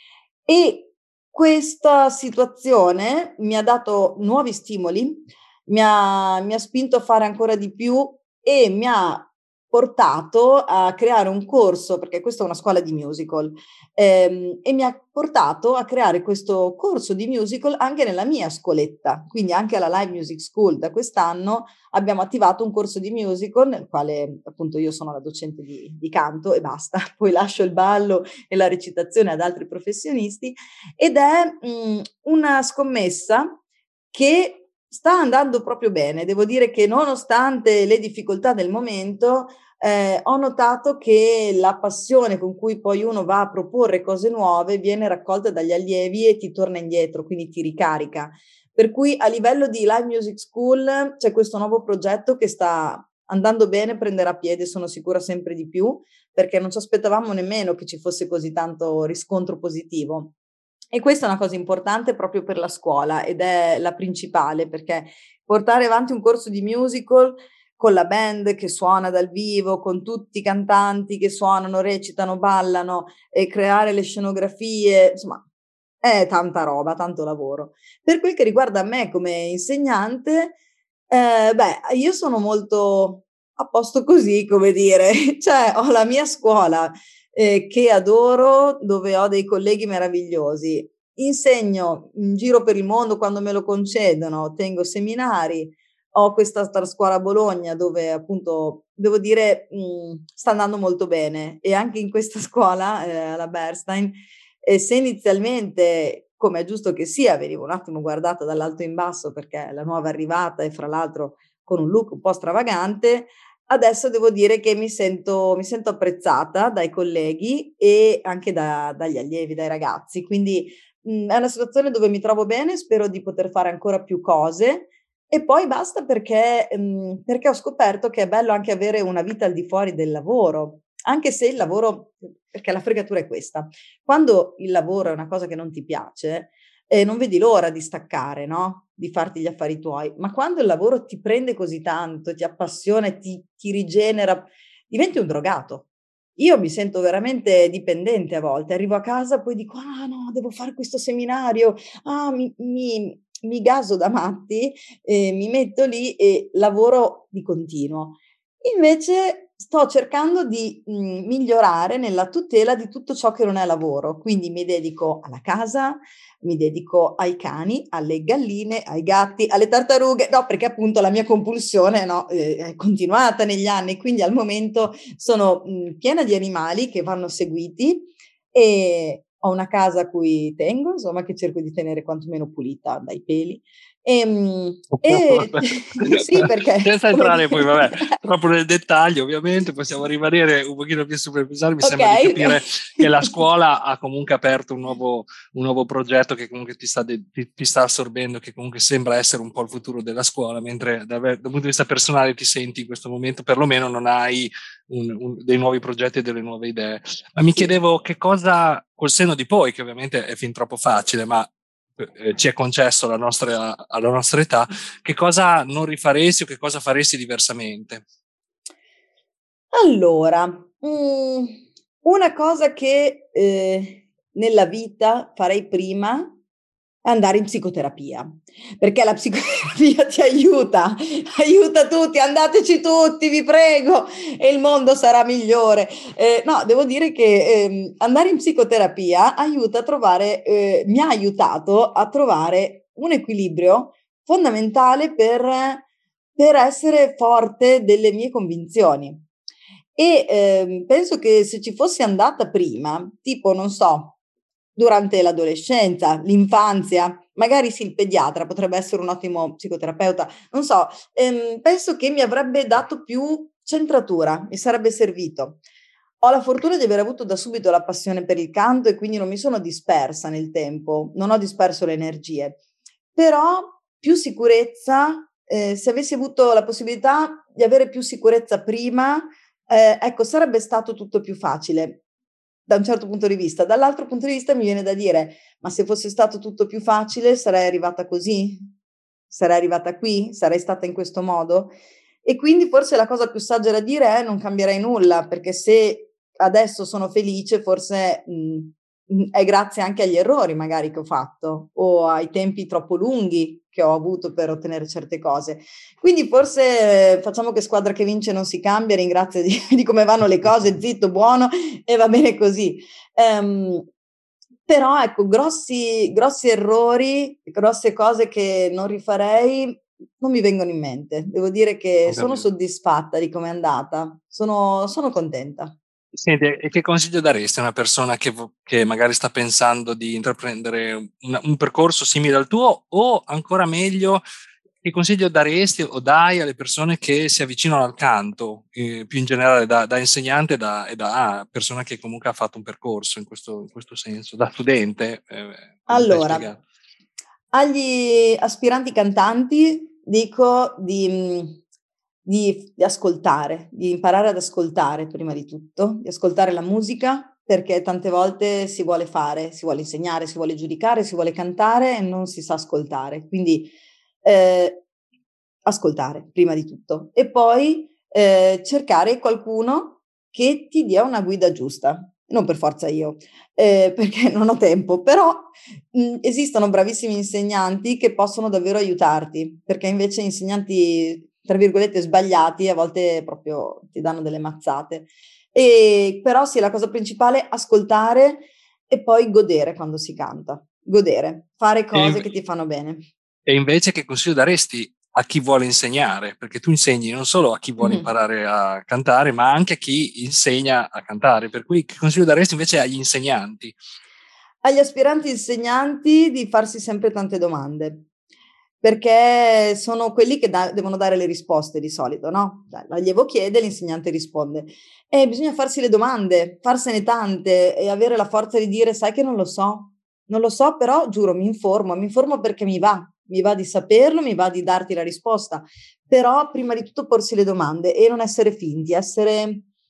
E questa situazione mi ha dato nuovi stimoli, mi ha, mi ha spinto a fare ancora di più e mi ha portato a creare un corso, perché questa è una scuola di musical, ehm, e mi ha portato a creare questo corso di musical anche nella mia scuoletta, quindi anche alla Live Music School. Da quest'anno abbiamo attivato un corso di musical nel quale appunto io sono la docente di, di canto e basta, poi lascio il ballo e la recitazione ad altri professionisti, ed è mh, una scommessa che sta andando proprio bene. Devo dire che nonostante le difficoltà del momento, eh, ho notato che la passione con cui poi uno va a proporre cose nuove viene raccolta dagli allievi e ti torna indietro, quindi ti ricarica. Per cui a livello di Live Music School c'è questo nuovo progetto che sta andando bene, prenderà piede, sono sicura sempre di più, perché non ci aspettavamo nemmeno che ci fosse così tanto riscontro positivo. E questa è una cosa importante proprio per la scuola ed è la principale, perché portare avanti un corso di musical con la band che suona dal vivo, con tutti i cantanti che suonano, recitano, ballano e creare le scenografie, insomma, è tanta roba, tanto lavoro. Per quel che riguarda me come insegnante, eh, beh, io sono molto a posto così, come dire, cioè ho la mia scuola eh, che adoro, dove ho dei colleghi meravigliosi. Insegno in giro per il mondo quando me lo concedono, tengo seminari, ho questa star scuola a Bologna dove appunto devo dire mh, sta andando molto bene, e anche in questa scuola, eh, alla Bernstein, eh, se inizialmente, come è giusto che sia, venivo un attimo guardata dall'alto in basso perché la nuova arrivata e fra l'altro con un look un po' stravagante, adesso devo dire che mi sento, mi sento apprezzata dai colleghi e anche da, dagli allievi, dai ragazzi, quindi mh, è una situazione dove mi trovo bene, spero di poter fare ancora più cose. E poi basta perché, mhmm, perché ho scoperto che è bello anche avere una vita al di fuori del lavoro, anche se il lavoro, perché la fregatura è questa: quando il lavoro è una cosa che non ti piace, ehm, non vedi l'ora di staccare, no, di farti gli affari tuoi, ma quando il lavoro ti prende così tanto, ti appassiona e ti ti rigenera, diventi un drogato. Io mi sento veramente dipendente a volte, arrivo a casa poi dico: "Ah no, devo fare questo seminario, ah mi mi mi gaso da matti, ehm, mi metto lì e lavoro di continuo." Invece sto cercando di, mhmm, migliorare nella tutela di tutto ciò che non è lavoro, quindi mi dedico alla casa, mi dedico ai cani, alle galline, ai gatti, alle tartarughe, no, perché appunto la mia compulsione, no, ehm, è continuata negli anni, quindi al momento sono, mhmm, piena di animali che vanno seguiti e ho una casa a cui tengo, insomma, che cerco di tenere quantomeno pulita dai peli. Ehm, e sì, perché Senza come entrare dire poi, vabbè, troppo nel dettaglio, ovviamente, possiamo rimanere un pochino più superficiali. Mi sembra di okay, capire okay. che la scuola ha comunque aperto un nuovo, un nuovo progetto che comunque ti sta, de- ti, ti sta assorbendo, che comunque sembra essere un po' il futuro della scuola, mentre da, dal punto di vista personale ti senti in questo momento, perlomeno non hai un, un, dei nuovi progetti e delle nuove idee. Ma mi Sì. chiedevo che cosa, col senno di poi, che ovviamente è fin troppo facile, ma eh, ci è concesso alla nostra, alla nostra età, che cosa non rifaresti o che cosa faresti diversamente? Allora, mhmm, una cosa che, ehm, nella vita farei prima è andare in psicoterapia, perché la psicoterapia ti aiuta, aiuta tutti, andateci tutti, vi prego, e il mondo sarà migliore. Ehm, no, devo dire che, ehm, andare in psicoterapia aiuta a trovare ehm, mi ha aiutato a trovare un equilibrio fondamentale per per essere forte delle mie convinzioni. E, ehm, penso che se ci fossi andata prima, tipo non so, durante l'adolescenza, l'infanzia, magari sì, il pediatra potrebbe essere un ottimo psicoterapeuta, non so, ehm, penso che mi avrebbe dato più centratura, mi sarebbe servito. Ho la fortuna di aver avuto da subito la passione per il canto e quindi non mi sono dispersa nel tempo, non ho disperso le energie, però più sicurezza, ehm, se avessi avuto la possibilità di avere più sicurezza prima, ehm, ecco, sarebbe stato tutto più facile, da un certo punto di vista. Dall'altro punto di vista mi viene da dire: "Ma se fosse stato tutto più facile sarei arrivata così? Sarei arrivata qui? Sarei stata in questo modo?" E quindi forse la cosa più saggia da dire è: non cambierei nulla, perché se adesso sono felice forse, mhmm, mhmm, è grazie anche agli errori magari che ho fatto o ai tempi troppo lunghi che ho avuto per ottenere certe cose. Quindi forse facciamo che squadra che vince non si cambia, ringrazia di di come vanno le cose, zitto, buono e va bene così. Ehm, però ecco, grossi grossi errori, grosse cose che non rifarei, non mi vengono in mente. Devo dire che Ho sono capito. soddisfatta di com'è andata. Sono sono contenta. Senti, e che consiglio daresti a una persona che, vo- che magari sta pensando di intraprendere un, un percorso simile al tuo, o ancora meglio, che consiglio daresti o dai alle persone che si avvicinano al canto, eh, più in generale da, da insegnante da, e da ah, persona che comunque ha fatto un percorso in questo, in questo senso, da studente, eh, come stai Allora, spiegando? agli aspiranti cantanti dico di mhmm, di di ascoltare, di imparare ad ascoltare prima di tutto, di ascoltare la musica, perché tante volte si vuole fare, si vuole insegnare, si vuole giudicare, si vuole cantare e non si sa ascoltare. Quindi, ehm, ascoltare prima di tutto e poi, ehm, cercare qualcuno che ti dia una guida giusta, non per forza io, ehm, perché non ho tempo, però Mhmm, esistono bravissimi insegnanti che possono davvero aiutarti, perché invece insegnanti, tra virgolette, "sbagliati" a volte proprio ti danno delle mazzate. Ehm, però sì, la cosa principale ascoltare e poi godere quando si canta. Godere, fare E, cose inv- che ti fanno bene. e invece che consiglio daresti a chi vuole insegnare, perché tu insegni non solo a chi vuole Mm-hmm. imparare a cantare, ma anche a chi insegna a cantare. Per cui che consiglio daresti invece agli insegnanti? Agli aspiranti insegnanti di farsi sempre tante domande, perché sono quelli che da- devono dare le risposte di solito, no? Cioè, l'allievo chiede, l'insegnante risponde. E bisogna farsi le domande, farsene tante e avere la forza di dire, sai che non lo so, non lo so, però giuro, mi informo, mi informo perché mi va, mi va di saperlo, mi va di darti la risposta, però prima di tutto porsi le domande e non essere finti, essere,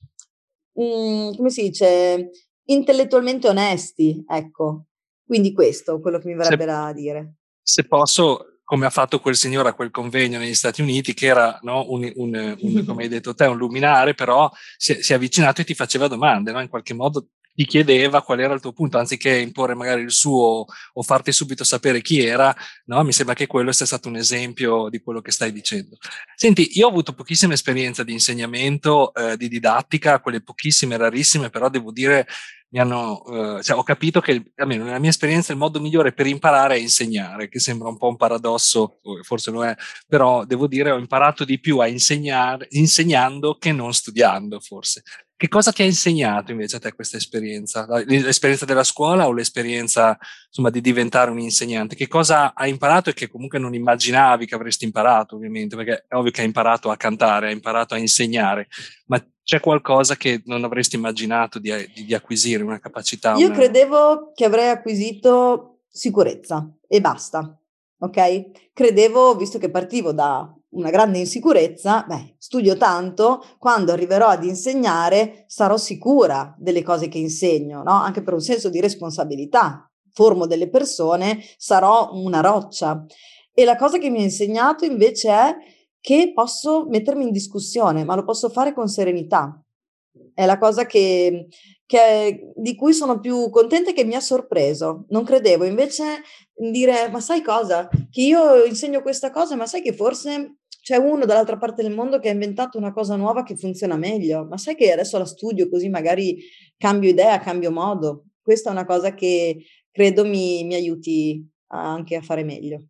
mm, come si dice, intellettualmente onesti, ecco. Quindi questo è quello che mi Se, verrebbe da dire. se posso, come ha fatto quel signore a quel convegno negli Stati Uniti, che era, no, un, un, un, come hai detto te, un luminare, però si, si è avvicinato e ti faceva domande, no? In qualche modo ti chiedeva qual era il tuo punto, anziché imporre magari il suo o farti subito sapere chi era, no? Mi sembra che quello sia stato un esempio di quello che stai dicendo. Senti, io ho avuto pochissima esperienza di insegnamento, eh, di didattica, quelle pochissime, rarissime, però devo dire mi hanno, eh, cioè, ho capito che, almeno nella mia esperienza, il modo migliore per imparare è insegnare, che sembra un po' un paradosso, forse lo è, però devo dire ho imparato di più a insegnare, insegnando che non studiando, forse. Che cosa ti ha insegnato invece a te questa esperienza? L'esperienza della scuola o l'esperienza, insomma, di diventare un insegnante? Che cosa hai imparato e che comunque non immaginavi che avresti imparato, ovviamente, perché è ovvio che hai imparato a cantare, hai imparato a insegnare, ma c'è qualcosa che non avresti immaginato di, di, di acquisire, una capacità? Io Una... credevo che avrei acquisito sicurezza e basta, ok? Credevo, visto che partivo da una grande insicurezza, beh, studio tanto, quando arriverò ad insegnare sarò sicura delle cose che insegno, no? Anche per un senso di responsabilità. Formo delle persone, sarò una roccia. E la cosa che mi ha insegnato invece è che posso mettermi in discussione, ma lo posso fare con serenità. È la cosa che, che, di cui sono più contenta e che mi ha sorpreso. Non credevo, invece dire, ma sai cosa? Che io insegno questa cosa, ma sai che forse c'è uno dall'altra parte del mondo che ha inventato una cosa nuova che funziona meglio, ma sai che adesso la studio così magari cambio idea, cambio modo. Questa è una cosa che credo mi, mi aiuti anche a fare meglio.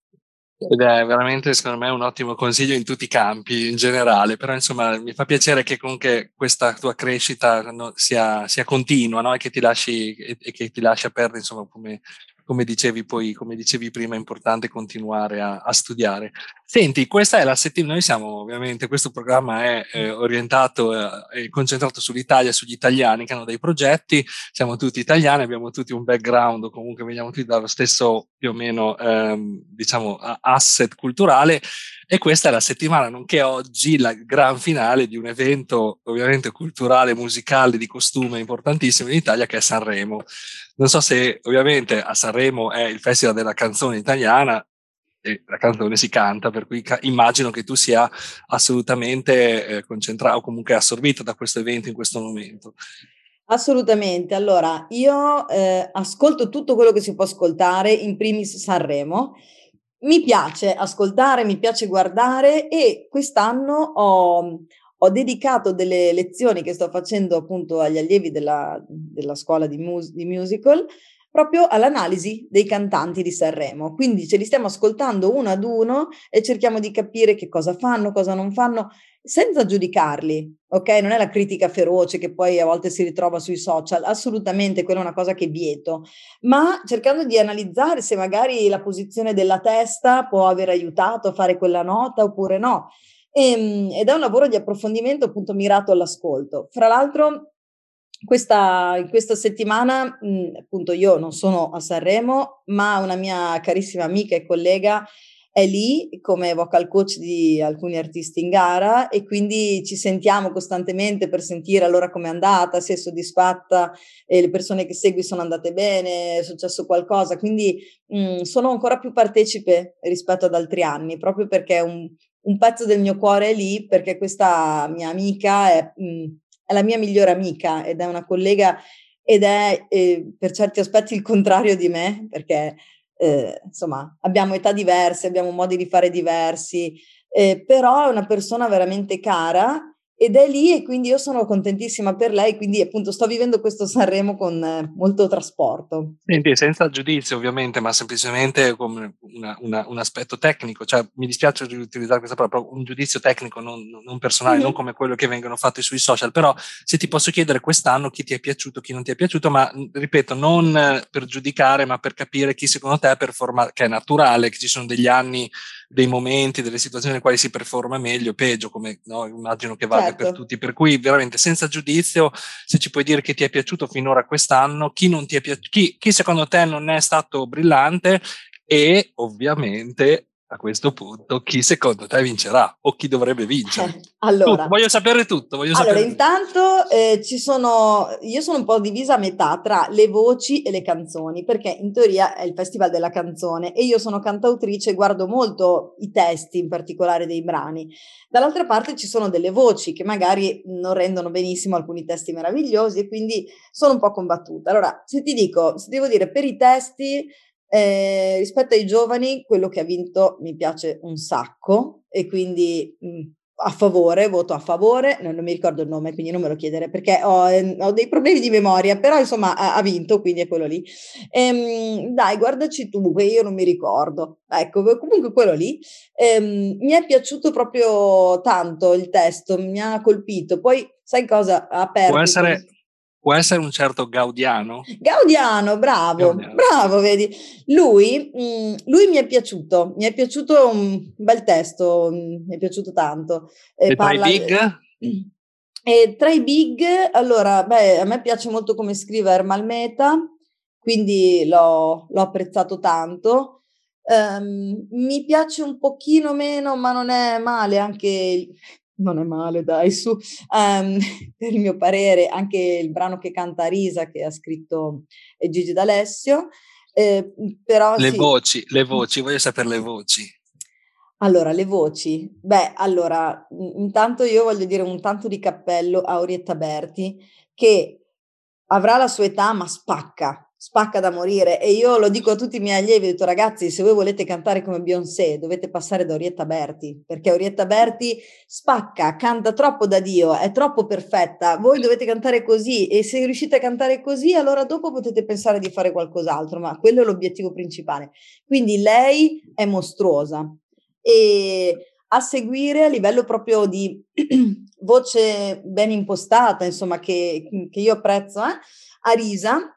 Ed è veramente, secondo me, un ottimo consiglio in tutti i campi, in generale, però insomma mi fa piacere che comunque questa tua crescita no, sia, sia continua, no? E che ti lasci, e, e che ti lascia perdere, insomma, come, come dicevi poi, come dicevi prima, è importante continuare a, a studiare. Senti, questa è la settimana, noi siamo ovviamente, questo programma è eh, orientato e eh, concentrato sull'Italia, sugli italiani che hanno dei progetti, siamo tutti italiani, abbiamo tutti un background, o comunque veniamo tutti dallo stesso più o meno, ehm, diciamo, asset culturale, e questa è la settimana, nonché oggi, la gran finale di un evento ovviamente culturale, musicale, di costume importantissimo in Italia, che è Sanremo. Non so se ovviamente a Sanremo è il festival della canzone italiana, e la canzone si canta, per cui ca- immagino che tu sia assolutamente eh, concentrato o comunque assorbito da questo evento in questo momento. Assolutamente. Allora, io eh, ascolto tutto quello che si può ascoltare, in primis Sanremo. Mi piace ascoltare, mi piace guardare e quest'anno ho, ho dedicato delle lezioni che sto facendo appunto agli allievi della, della scuola di, mus- di musical proprio all'analisi dei cantanti di Sanremo. Quindi ce li stiamo ascoltando uno ad uno e cerchiamo di capire che cosa fanno, cosa non fanno, senza giudicarli, ok? Non è la critica feroce che poi a volte si ritrova sui social, assolutamente, quella è una cosa che vieto, ma cercando di analizzare se magari la posizione della testa può aver aiutato a fare quella nota oppure no. E, ed è un lavoro di approfondimento appunto mirato all'ascolto. Fra l'altro, questa, in questa settimana, mh, appunto, io non sono a Sanremo, ma una mia carissima amica e collega è lì come vocal coach di alcuni artisti in gara e quindi ci sentiamo costantemente per sentire allora com'è andata, se è soddisfatta, eh, le persone che segui sono andate bene, è successo qualcosa, quindi mh, sono ancora più partecipe rispetto ad altri anni, proprio perché un, un pezzo del mio cuore è lì, perché questa mia amica è, mh, è la mia migliore amica ed è una collega ed è eh, per certi aspetti il contrario di me, perché eh, insomma, abbiamo età diverse, abbiamo modi di fare diversi, eh, però è una persona veramente cara ed è lì, e quindi io sono contentissima per lei, quindi appunto sto vivendo questo Sanremo con eh, molto trasporto. Senti, senza giudizio ovviamente, ma semplicemente come una- una- un aspetto tecnico, cioè mi dispiace utilizzare questa parola, però un giudizio tecnico, non, non personale, non Mhm. come quello che vengono fatti sui social, però se ti posso chiedere quest'anno chi ti è piaciuto, chi non ti è piaciuto, ma ripeto, non eh, per giudicare, ma per capire chi secondo te performa, che è naturale, che ci sono degli anni, dei momenti, delle situazioni nelle quali si performa meglio, peggio, come no, immagino che valga per Certo. tutti, per cui veramente senza giudizio, se ci puoi dire che ti è piaciuto finora quest'anno, chi non ti è piaciuto, chi, chi secondo te non è stato brillante e ovviamente a questo punto chi secondo te vincerà o chi dovrebbe vincere. Eh, Tutto, allora, voglio sapere tutto, voglio allora, sapere tutto. intanto eh, ci sono, io sono un po' divisa a metà tra le voci e le canzoni, perché in teoria è il Festival della canzone e io sono cantautrice e guardo molto i testi, in particolare dei brani. Dall'altra parte ci sono delle voci che magari non rendono benissimo alcuni testi meravigliosi e quindi sono un po' combattuta. Allora, se ti dico, se devo dire per i testi, eh, rispetto ai giovani, quello che ha vinto mi piace un sacco e quindi mh, a favore, voto a favore, non, non mi ricordo il nome, quindi non me lo chiedere perché ho, eh, ho dei problemi di memoria, però insomma ha, ha vinto, quindi è quello lì. Ehm, dai, guardaci tu, che io non mi ricordo. Ecco, comunque quello lì. Ehm, mi è piaciuto proprio tanto il testo, mi ha colpito. Poi, sai cosa? Ha Può aperto in essere, quel... può essere un certo Gaudiano? Gaudiano, bravo, Gaudiano. bravo, vedi. Lui, mh, lui mi è piaciuto, mi è piaciuto un bel testo, mh, mi è piaciuto tanto. Eh, E tra i parla... big? E tra i big, allora, beh, a me piace molto come scrive Ermal Meta, quindi l'ho, l'ho apprezzato tanto. Ehm, mi piace un pochino meno, ma non è male anche... Non è male, dai, su. Ehm, per il mio parere, anche il brano che canta Arisa, che ha scritto eh, Gigi D'Alessio, eh, però Le sì. voci, le voci, voglio sapere le voci. Allora, le voci. Beh, allora, in- intanto io voglio dire un tanto di cappello a Orietta Berti, che avrà la sua età, ma spacca, spacca da morire. E io lo dico a tutti i miei allievi, ho detto, ragazzi, se voi volete cantare come Beyoncé, dovete passare da Orietta Berti, perché Orietta Berti spacca, canta troppo da Dio, è troppo perfetta. Voi dovete cantare così e se riuscite a cantare così, allora dopo potete pensare di fare qualcos'altro, ma quello è l'obiettivo principale. Quindi lei è mostruosa e a seguire a livello proprio di voce ben impostata, insomma, che, che io apprezzo, eh? Arisa.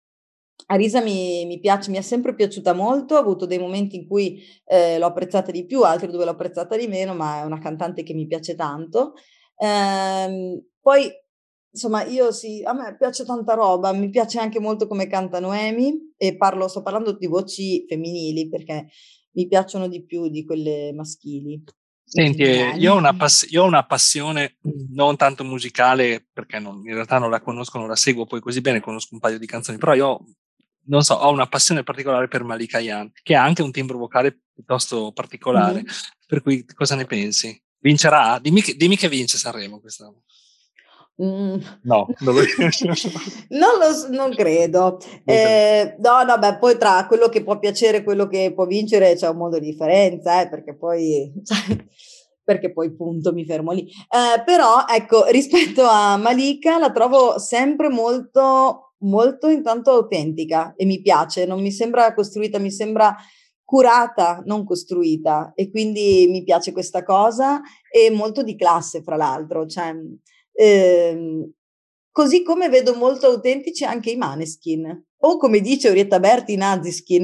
Arisa mi, mi piace, mi è sempre piaciuta molto, ho avuto dei momenti in cui eh, l'ho apprezzata di più, altri dove l'ho apprezzata di meno, ma è una cantante che mi piace tanto. Ehm, poi, insomma, io sì, a me piace tanta roba, mi piace anche molto come canta Noemi e parlo, sto parlando di voci femminili perché mi piacciono di più di quelle maschili, in Senti, eh, generale. io ho una, pass- io ho una passione non tanto musicale, perché non- in realtà non la conosco, non la seguo poi così bene, conosco un paio di canzoni, però io, non so, ho una passione particolare per Malika Ayane, che ha anche un timbro vocale piuttosto particolare, Mhm. per cui cosa ne pensi? Vincerà? Dimmi che, dimmi che vince Sanremo quest'anno. Mm. No, non lo Non lo s- non credo. non credo. Eh, no, no, beh, poi tra quello che può piacere e quello che può vincere c'è un mondo di differenza, eh, perché poi, cioè, perché poi punto, mi fermo lì. Eh, però, ecco, rispetto a Malika la trovo sempre molto, molto intanto autentica e mi piace, non mi sembra costruita, mi sembra curata, non costruita e quindi mi piace questa cosa e molto di classe, fra l'altro, cioè Ehm, così come vedo molto autentici anche i Maneskin, o come dice Orietta Berti, i Naziskin.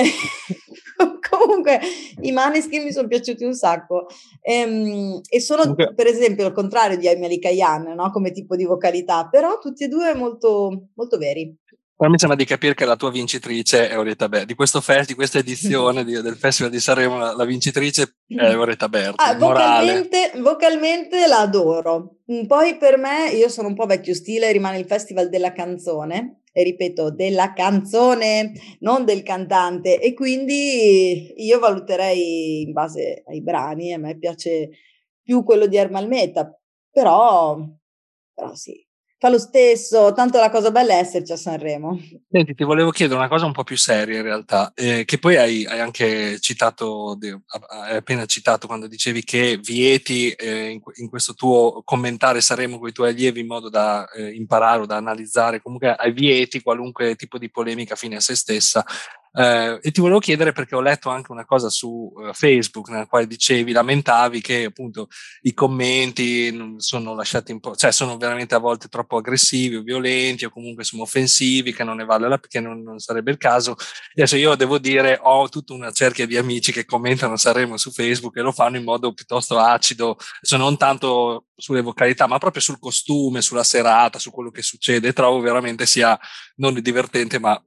Comunque i Maneskin mi sono piaciuti un sacco. Ehm, e sono Comunque, per esempio al contrario di Emily Kayan, no? Come tipo di vocalità, però tutti e due molto, molto veri. però mi sembra di capire che la tua vincitrice è Orietta Berti. Di questo fest, di questa edizione di- del Festival di Sanremo, la, la vincitrice è Orietta Berti. Ah, Morale. vocalmente, vocalmente la adoro. Mm, Poi per me, io sono un po' vecchio stile, rimane il Festival della canzone, e ripeto, della canzone, non del cantante, e quindi io valuterei in base ai brani, a me piace più quello di Ermal Meta, però, però sì. fa lo stesso, tanto la cosa bella è esserci a Sanremo. Senti, ti volevo chiedere una cosa un po' più seria in realtà, eh, che poi hai, hai anche citato, hai appena citato quando dicevi che vieti eh, in, in questo tuo commentare Sanremo con i tuoi allievi in modo da eh, imparare o da analizzare, comunque hai vieti qualunque tipo di polemica fine a se stessa. Eh, e ti volevo chiedere perché ho letto anche una cosa su uh, Facebook nella quale dicevi, lamentavi che appunto i commenti non sono lasciati un po', cioè sono veramente a volte troppo aggressivi o violenti o comunque sono offensivi, che non ne vale la, che non, non sarebbe il caso. Adesso io devo dire, ho tutta una cerchia di amici che commentano Sanremo su Facebook e lo fanno in modo piuttosto acido, cioè non tanto sulle vocalità, ma proprio sul costume, sulla serata, su quello che succede. E trovo veramente sia non divertente, ma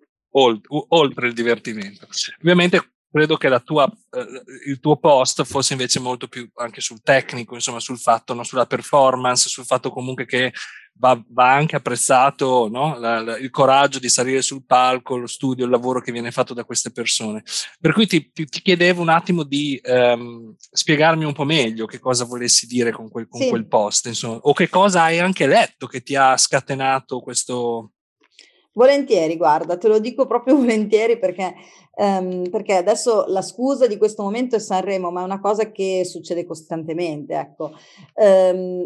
oltre il divertimento. Ovviamente credo che la tua, eh, il tuo post fosse invece molto più anche sul tecnico, insomma sul fatto, no? Sulla performance, sul fatto comunque che va, va anche apprezzato, no? la, la, il coraggio di salire sul palco, lo studio, il lavoro che viene fatto da queste persone. Per cui ti, ti, ti chiedevo un attimo di ehm, spiegarmi un po' meglio che cosa volessi dire con quel, con Sì. quel post, insomma, o che cosa hai anche letto che ti ha scatenato questo... Volentieri, guarda, te lo dico proprio volentieri perché, ehm, perché adesso la scusa di questo momento è Sanremo, ma è una cosa che succede costantemente, ecco. Ehm,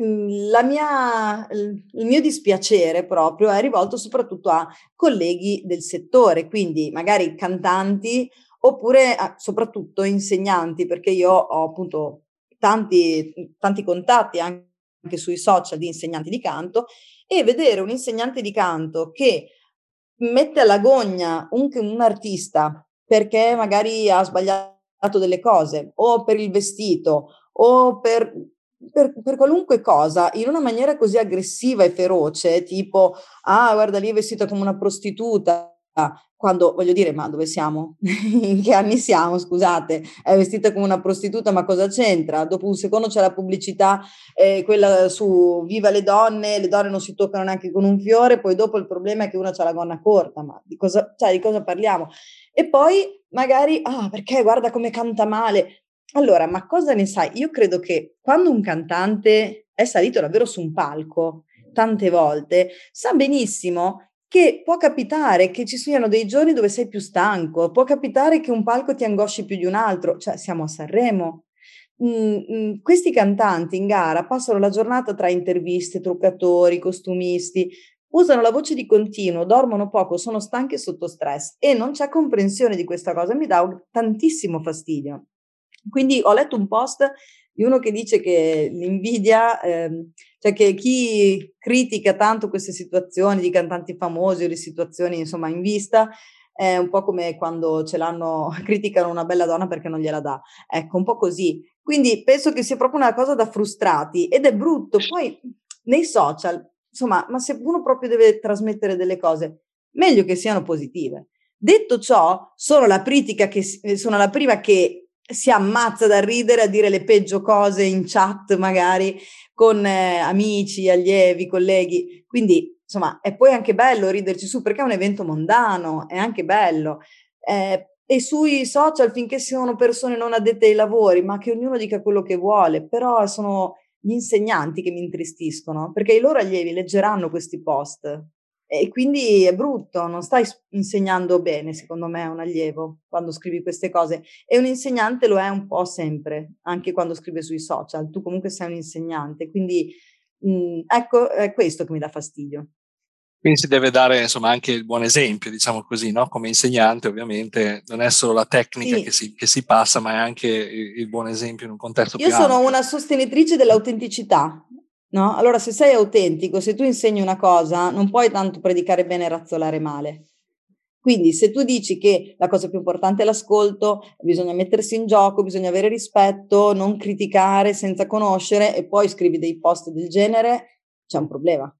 la mia, il mio dispiacere proprio è rivolto soprattutto a colleghi del settore, quindi magari cantanti oppure a, soprattutto insegnanti, perché io ho appunto tanti, tanti contatti anche anche sui social di insegnanti di canto, e vedere un insegnante di canto che mette alla gogna un, un artista perché magari ha sbagliato delle cose o per il vestito o per, per, per qualunque cosa in una maniera così aggressiva e feroce, tipo ah guarda lì è vestita come una prostituta, quando voglio dire ma dove siamo? In che anni siamo? Scusate, è vestita come una prostituta ma cosa c'entra? Dopo un secondo c'è la pubblicità eh, quella su Viva le donne, le donne non si toccano neanche con un fiore, poi dopo il problema è che una c'ha la gonna corta, ma di cosa, cioè, di cosa parliamo? E poi magari, ah perché guarda come canta male. Allora, ma cosa ne sai? Io credo che quando un cantante è salito davvero su un palco tante volte, sa benissimo che può capitare che ci siano dei giorni dove sei più stanco, può capitare che un palco ti angosci più di un altro, cioè siamo a Sanremo. Mm, mm, questi cantanti in gara passano la giornata tra interviste, truccatori, costumisti, usano la voce di continuo, dormono poco, sono stanchi e sotto stress e non c'è comprensione di questa cosa, mi dà tantissimo fastidio. Quindi ho letto un post di uno che dice che l'invidia, ehm, cioè che chi critica tanto queste situazioni di cantanti famosi o di situazioni insomma in vista, è un po' come quando ce l'hanno, criticano una bella donna perché non gliela dà. Ecco, un po' così. Quindi penso che sia proprio una cosa da frustrati ed è brutto. Poi nei social, insomma, ma se uno proprio deve trasmettere delle cose, meglio che siano positive. Detto ciò, sono la critica che sono la prima che si ammazza da ridere a dire le peggio cose in chat magari con eh, amici, allievi, colleghi. Quindi insomma è poi anche bello riderci su perché è un evento mondano, è anche bello. Eh, e sui social finché siano persone non addette ai lavori, ma che ognuno dica quello che vuole, però sono gli insegnanti che mi intristiscono perché i loro allievi leggeranno questi post. E quindi è brutto, non stai insegnando bene, secondo me, a un allievo quando scrivi queste cose. E un insegnante lo è un po' sempre, anche quando scrive sui social. Tu comunque sei un insegnante, quindi mh, ecco, è questo che mi dà fastidio. Quindi si deve dare insomma anche il buon esempio, diciamo così, no? Come insegnante ovviamente non è solo la tecnica Sì. che si, che si passa, ma è anche il, il buon esempio in un contesto Io più sono ampio. una sostenitrice dell'autenticità, no? Allora, se sei autentico, se tu insegni una cosa, non puoi tanto predicare bene e razzolare male. Quindi se tu dici che la cosa più importante è l'ascolto, bisogna mettersi in gioco, bisogna avere rispetto, non criticare senza conoscere e poi scrivi dei post del genere, c'è un problema.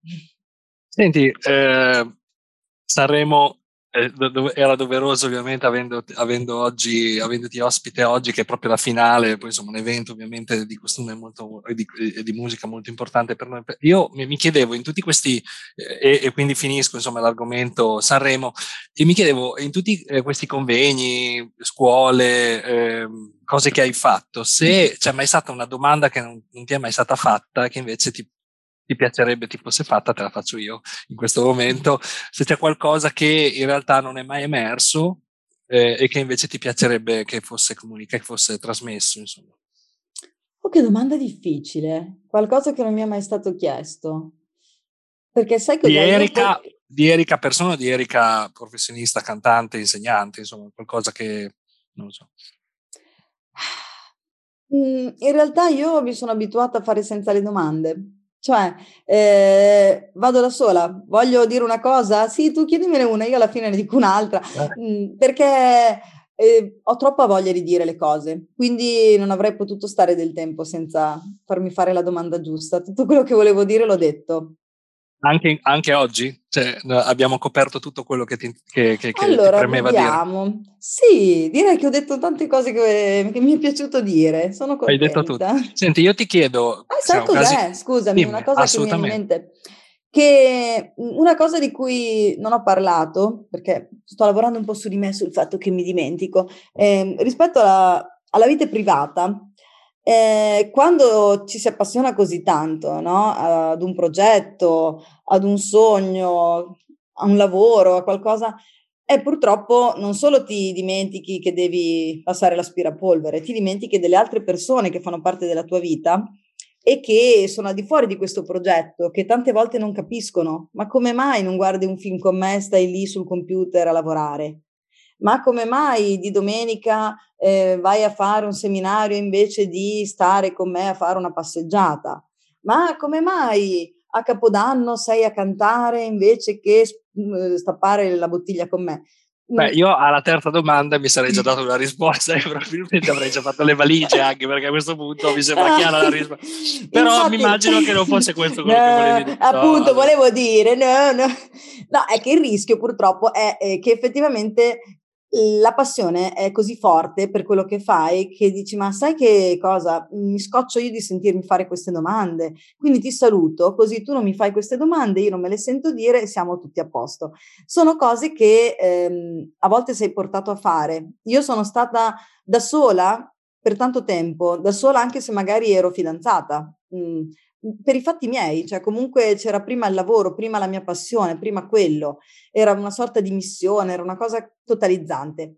Senti, eh, Sanremo eh, do- era doveroso ovviamente avendo, avendo oggi, avendoti ospite oggi, che è proprio la finale, poi insomma un evento ovviamente di costume molto, e di, e di musica molto importante per noi. Io mi, mi chiedevo in tutti questi, eh, e, e quindi finisco insomma l'argomento Sanremo, e mi chiedevo in tutti eh, questi convegni, scuole, eh, cose che hai fatto, se c'è mai stata una domanda che non, non ti è mai stata fatta, che invece ti ti piacerebbe, tipo se fatta, te la faccio io in questo momento, se c'è qualcosa che in realtà non è mai emerso eh, e che invece ti piacerebbe che fosse comunicato, che fosse trasmesso, insomma. Oh, che domanda difficile, qualcosa che non mi è mai stato chiesto. Perché sai Di cos'è? Io poi... Erika, di Erika persona, di Erika professionista, cantante, insegnante, insomma, qualcosa che non so. In realtà io mi sono abituata a fare senza le domande, cioè eh, vado da sola, voglio dire una cosa? Sì, tu chiedimene una, io alla fine ne dico un'altra, mh, perché eh, ho troppa voglia di dire le cose, quindi non avrei potuto stare del tempo senza farmi fare la domanda giusta. Tutto quello che volevo dire l'ho detto. Anche, anche oggi? Cioè, abbiamo coperto tutto quello che ti, che, che, che ti Allora, premeva dire. vediamo. Sì, direi che ho detto tante cose che, che mi è piaciuto dire, sono Hai detto tutto. contenta. Senti, io ti chiedo, Ah, sai siamo quasi... cos'è? Scusami, una Dimmi, cosa che mi viene in assolutamente. mente, che una cosa di cui non ho parlato, perché sto lavorando un po' su di me, sul fatto che mi dimentico, eh, rispetto alla, alla vita privata, eh, quando ci si appassiona così tanto, no? Ad un progetto, ad un sogno, a un lavoro, a qualcosa, e purtroppo non solo ti dimentichi che devi passare l'aspirapolvere, ti dimentichi delle altre persone che fanno parte della tua vita e che sono al di fuori di questo progetto, che tante volte non capiscono, ma come mai non guardi un film con me, stai lì sul computer a lavorare? Ma come mai di domenica eh, vai a fare un seminario invece di stare con me a fare una passeggiata? Ma come mai a Capodanno sei a cantare invece che mh, stappare la bottiglia con me? Beh, Mh. io alla terza domanda mi sarei già dato una risposta e probabilmente avrei già fatto le valigie anche perché a questo punto mi sembra Ah, chiara la risposta. Però mi infatti, immagino che non fosse questo quello che no, volevi dire. No, appunto, vabbè. volevo dire, no, no, no, è che il rischio purtroppo è eh, che effettivamente la passione è così forte per quello che fai che dici, ma sai che cosa? Mi scoccio io di sentirmi fare queste domande, quindi ti saluto, così tu non mi fai queste domande, io non me le sento dire e siamo tutti a posto. Sono cose che ehm, a volte sei portato a fare. Io sono stata da sola per tanto tempo, da sola anche se magari ero fidanzata, mh, per i fatti miei, cioè comunque c'era prima il lavoro, prima la mia passione, prima quello, era una sorta di missione, era una cosa totalizzante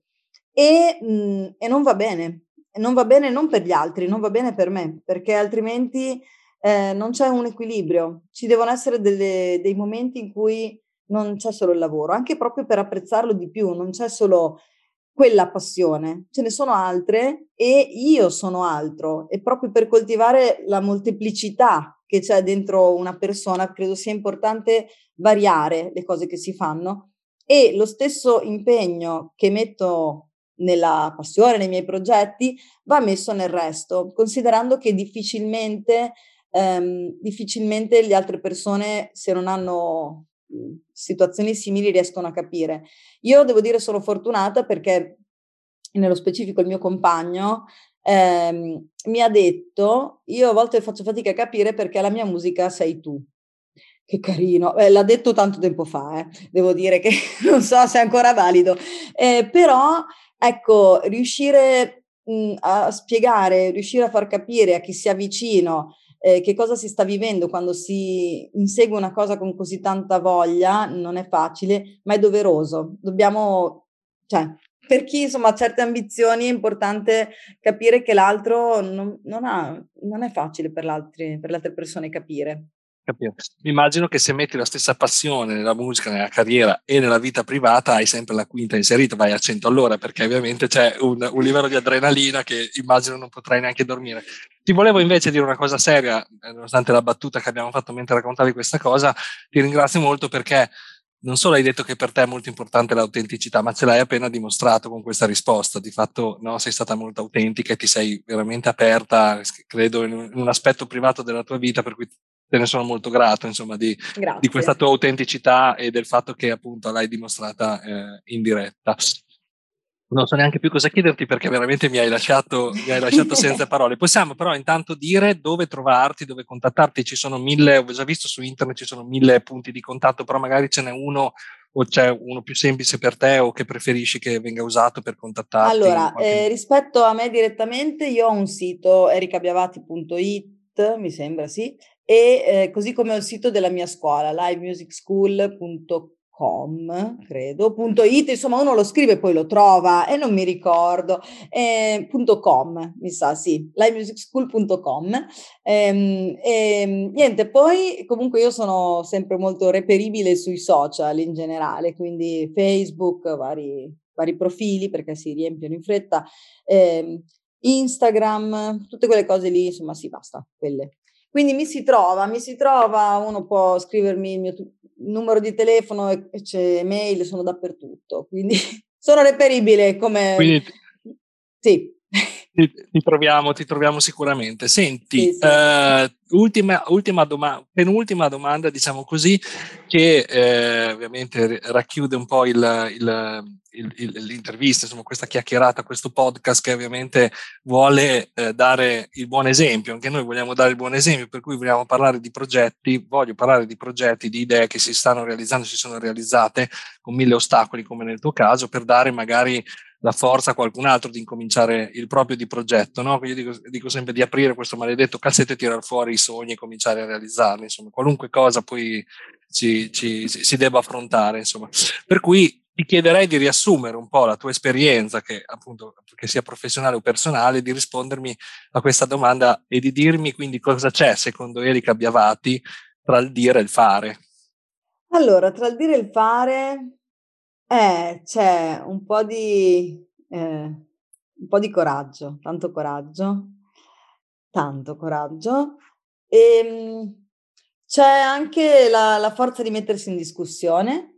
e, mh, e non va bene, non va bene non per gli altri, non va bene per me, perché altrimenti eh, non c'è un equilibrio, ci devono essere delle, dei momenti in cui non c'è solo il lavoro, anche proprio per apprezzarlo di più, non c'è solo quella passione, ce ne sono altre e io sono altro e proprio per coltivare la molteplicità che c'è dentro una persona credo sia importante variare le cose che si fanno e lo stesso impegno che metto nella passione, nei miei progetti, va messo nel resto, considerando che difficilmente, ehm, difficilmente le altre persone, se non hanno mh, situazioni simili, riescono a capire. Io devo dire sono fortunata perché, nello specifico il mio compagno, ehm, mi ha detto, io a volte faccio fatica a capire perché la mia musica sei tu. Che carino, eh, l'ha detto tanto tempo fa, eh. Devo dire che non so se è ancora valido, eh, però ecco, riuscire mh, a spiegare, riuscire a far capire a chi si avvicino eh, che cosa si sta vivendo quando si insegue una cosa con così tanta voglia, non è facile, ma è doveroso. Dobbiamo, cioè, per chi insomma ha certe ambizioni è importante capire che l'altro non, non ha, non è facile per, per le altre persone capire. Capito. Mi immagino che se metti la stessa passione nella musica, nella carriera e nella vita privata, hai sempre la quinta inserita, vai a cento all'ora, perché ovviamente c'è un, un livello di adrenalina che immagino non potrai neanche dormire. Ti volevo invece dire una cosa seria, nonostante la battuta che abbiamo fatto mentre raccontavi questa cosa, ti ringrazio molto perché non solo hai detto che per te è molto importante l'autenticità, ma ce l'hai appena dimostrato con questa risposta. Di fatto, no, sei stata molto autentica e ti sei veramente aperta, credo, in un, in un aspetto privato della tua vita, per cui te ne sono molto grato, insomma, di, di questa Grazie. tua autenticità e del fatto che appunto l'hai dimostrata eh, in diretta. Non so neanche più cosa chiederti perché veramente mi hai lasciato, mi hai lasciato senza parole. Possiamo però intanto dire dove trovarti, dove contattarti. Ci sono mille, ho già visto su internet, ci sono mille punti di contatto, però magari ce n'è uno o c'è uno più semplice per te o che preferisci che venga usato per contattarti in Allora, qualche eh, modo. rispetto a me direttamente, io ho un sito ericabiavati punto it, mi sembra, sì, e eh, così come il sito della mia scuola, live music school punto com, credo, punto it, insomma uno lo scrive e poi lo trova e non mi ricordo, eh, .com, mi sa, sì, live music school punto com. Ehm, e, niente, poi comunque io sono sempre molto reperibile sui social in generale, quindi Facebook, vari, vari profili perché si riempiono in fretta, ehm, Instagram, tutte quelle cose lì, insomma sì, basta, quelle. Quindi mi si trova, mi si trova, uno può scrivermi il mio t- numero di telefono e, e c'è mail, sono dappertutto, quindi sono reperibile come... Quindi Sì. Ti, ti troviamo, ti troviamo sicuramente. Senti, Sì, sì. eh, ultima, ultima domanda, penultima domanda, diciamo così, che eh, ovviamente racchiude un po' il, il, il, il, l'intervista, insomma, questa chiacchierata, questo podcast che ovviamente vuole eh, dare il buon esempio. Anche noi vogliamo dare il buon esempio, per cui vogliamo parlare di progetti, voglio parlare di progetti, di idee che si stanno realizzando, si sono realizzate con mille ostacoli, come nel tuo caso, per dare magari la forza a qualcun altro di incominciare il proprio di progetto, no? Io dico, dico sempre di aprire questo maledetto cassetto e tirare fuori i sogni e cominciare a realizzarli, insomma, qualunque cosa poi ci, ci, si debba affrontare, insomma. Per cui ti chiederei di riassumere un po' la tua esperienza, che appunto che sia professionale o personale, di rispondermi a questa domanda e di dirmi quindi cosa c'è secondo Erika Biavati tra il dire e il fare. Allora, tra il dire e il fare, eh, c'è un po' di, eh, un po' di coraggio, tanto coraggio, tanto coraggio. E c'è anche la, la forza di mettersi in discussione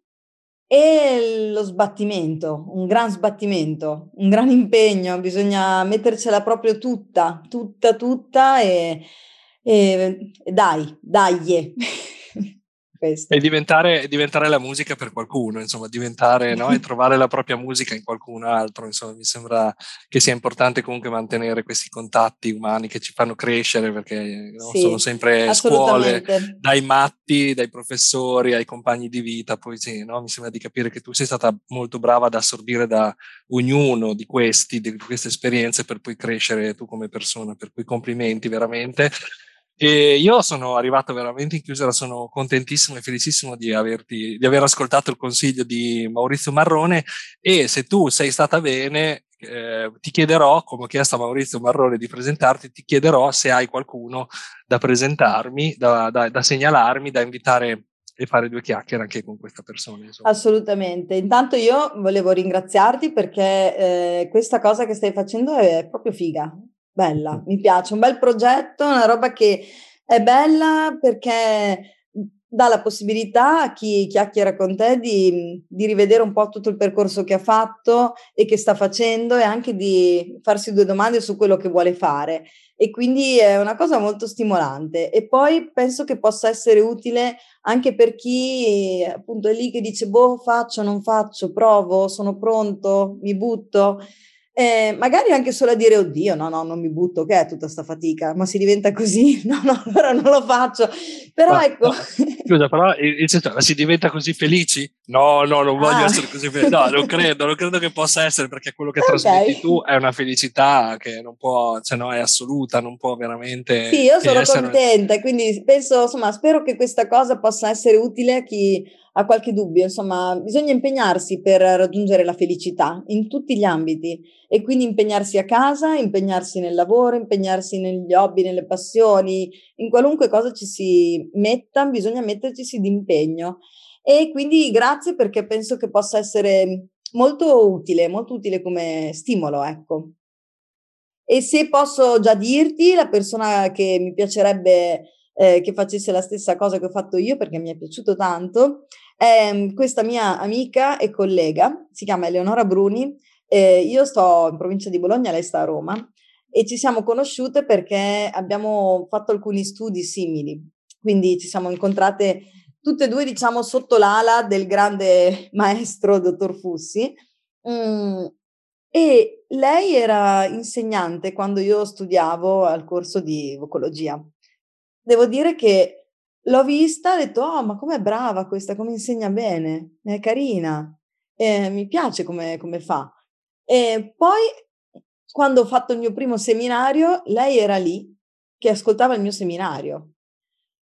e lo sbattimento, un gran sbattimento, un gran impegno, bisogna mettercela proprio tutta, tutta, tutta e, e, e dai, dai. E Questo. diventare, diventare la musica per qualcuno, insomma, diventare, no? E trovare la propria musica in qualcun altro, insomma, mi sembra che sia importante comunque mantenere questi contatti umani che ci fanno crescere, perché no? Sono Sì, sempre scuole, assolutamente. dai matti, dai professori, ai compagni di vita, poi sì, no? Mi sembra di capire che tu sei stata molto brava ad assorbire da ognuno di questi, di queste esperienze per poi crescere tu come persona, per cui complimenti veramente. E io sono arrivato veramente in chiusura, sono contentissimo e felicissimo di averti, di aver ascoltato il consiglio di Maurizio Marrone e se tu sei stata bene, eh, ti chiederò, come ho chiesto a Maurizio Marrone di presentarti, ti chiederò se hai qualcuno da presentarmi, da, da, da segnalarmi, da invitare e fare due chiacchiere anche con questa persona. Insomma. Assolutamente. Intanto io volevo ringraziarti perché eh, questa cosa che stai facendo è proprio figa, bella, mi piace, un bel progetto, una roba che è bella perché dà la possibilità a chi chiacchiera con te di, di rivedere un po' tutto il percorso che ha fatto e che sta facendo e anche di farsi due domande su quello che vuole fare. E quindi è una cosa molto stimolante e poi penso che possa essere utile anche per chi appunto è lì che dice boh, faccio, non faccio, provo, sono pronto, mi butto. Eh, magari anche solo a dire oddio, no, no, non mi butto, che è tutta sta fatica, ma si diventa così, no, no, allora non lo faccio. Però Ma, ecco. no, scusa, però il, il senso, ma si diventa così felici? No, no, non voglio Ah. essere così felice. No, non credo, non credo che possa essere perché quello che Ok. trasmetti tu è una felicità che non può, cioè no, è assoluta, non può Sì, veramente io che sono essere. contenta e quindi penso, insomma, spero che questa cosa possa essere utile a chi ha qualche dubbio. Insomma, bisogna impegnarsi per raggiungere la felicità in tutti gli ambiti e quindi impegnarsi a casa, impegnarsi nel lavoro, impegnarsi negli hobby, nelle passioni, in qualunque cosa ci si metta, bisogna metterci di impegno. E quindi grazie perché penso che possa essere molto utile, molto utile come stimolo, ecco. E se posso già dirti, la persona che mi piacerebbe eh, che facesse la stessa cosa che ho fatto io, perché mi è piaciuto tanto, è mm, questa mia amica e collega, si chiama Eleonora Bruni, eh, io sto in provincia di Bologna, lei sta a Roma, e ci siamo conosciute perché abbiamo fatto alcuni studi simili, quindi ci siamo incontrate tutte e due, diciamo, sotto l'ala del grande maestro dottor Fussi. Mm, e lei era insegnante quando io studiavo al corso di vocologia. Devo dire che l'ho vista, ho detto, oh, ma com'è brava questa, come insegna bene, è carina, eh, mi piace come, come fa. E poi, quando ho fatto il mio primo seminario, lei era lì che ascoltava il mio seminario.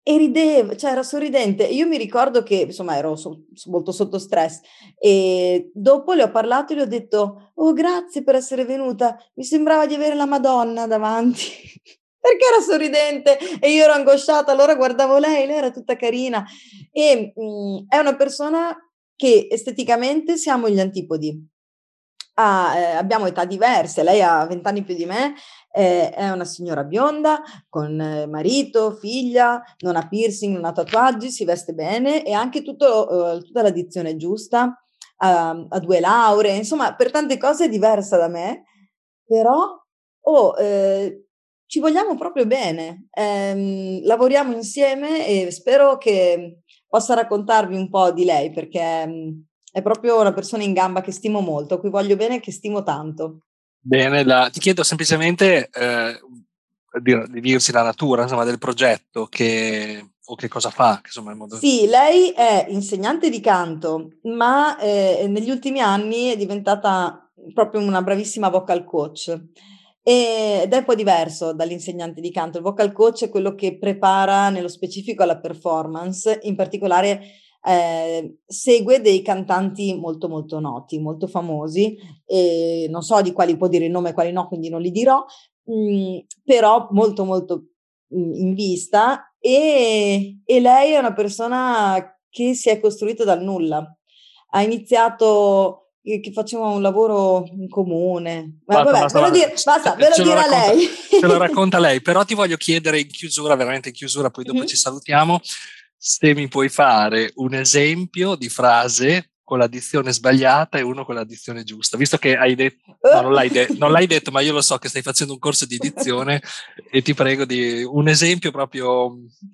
e rideva, cioè era sorridente. Io mi ricordo che, insomma, ero so, molto sotto stress e dopo le ho parlato e le ho detto: oh, grazie per essere venuta, mi sembrava di avere la Madonna davanti. Perché era sorridente e io ero angosciata, allora guardavo lei, lei era tutta carina e mh, è una persona che esteticamente siamo gli antipodi. Ah, eh, abbiamo età diverse, lei ha vent'anni più di me, eh, è una signora bionda con eh, marito, figlia, non ha piercing, non ha tatuaggi, si veste bene e anche tutto, eh, tutta la dizione giusta, ha, ha due lauree, insomma per tante cose è diversa da me, però oh, eh, ci vogliamo proprio bene, ehm, lavoriamo insieme e spero che possa raccontarvi un po' di lei perché mh, è proprio una persona in gamba che stimo molto, a cui voglio bene e che stimo tanto. Bene, la, ti chiedo semplicemente eh, di, di dirsi la natura, insomma, del progetto che, o che cosa fa. Che, insomma, in modo... Sì, lei è insegnante di canto, ma eh, negli ultimi anni è diventata proprio una bravissima vocal coach. Ed è un po' diverso dall'insegnante di canto. Il vocal coach è quello che prepara nello specifico alla performance, in particolare eh, segue dei cantanti molto molto noti, molto famosi, e non so di quali può dire il nome e quali no, quindi non li dirò, mh, però molto molto mh, in vista e, e lei è una persona che si è costruita dal nulla. Ha iniziato che faceva un lavoro in comune. Ma basta, vabbè, basta, ve lo dire, basta, ve lo dire a lei. Ce lo racconta lei, però ti voglio chiedere in chiusura, veramente in chiusura, poi dopo mm-hmm. ci salutiamo, se mi puoi fare un esempio di frase con la dizione sbagliata e uno con la dizione giusta, visto che hai detto, no, non l'hai, de- non l'hai detto, ma io lo so che stai facendo un corso di dizione e ti prego di un esempio proprio.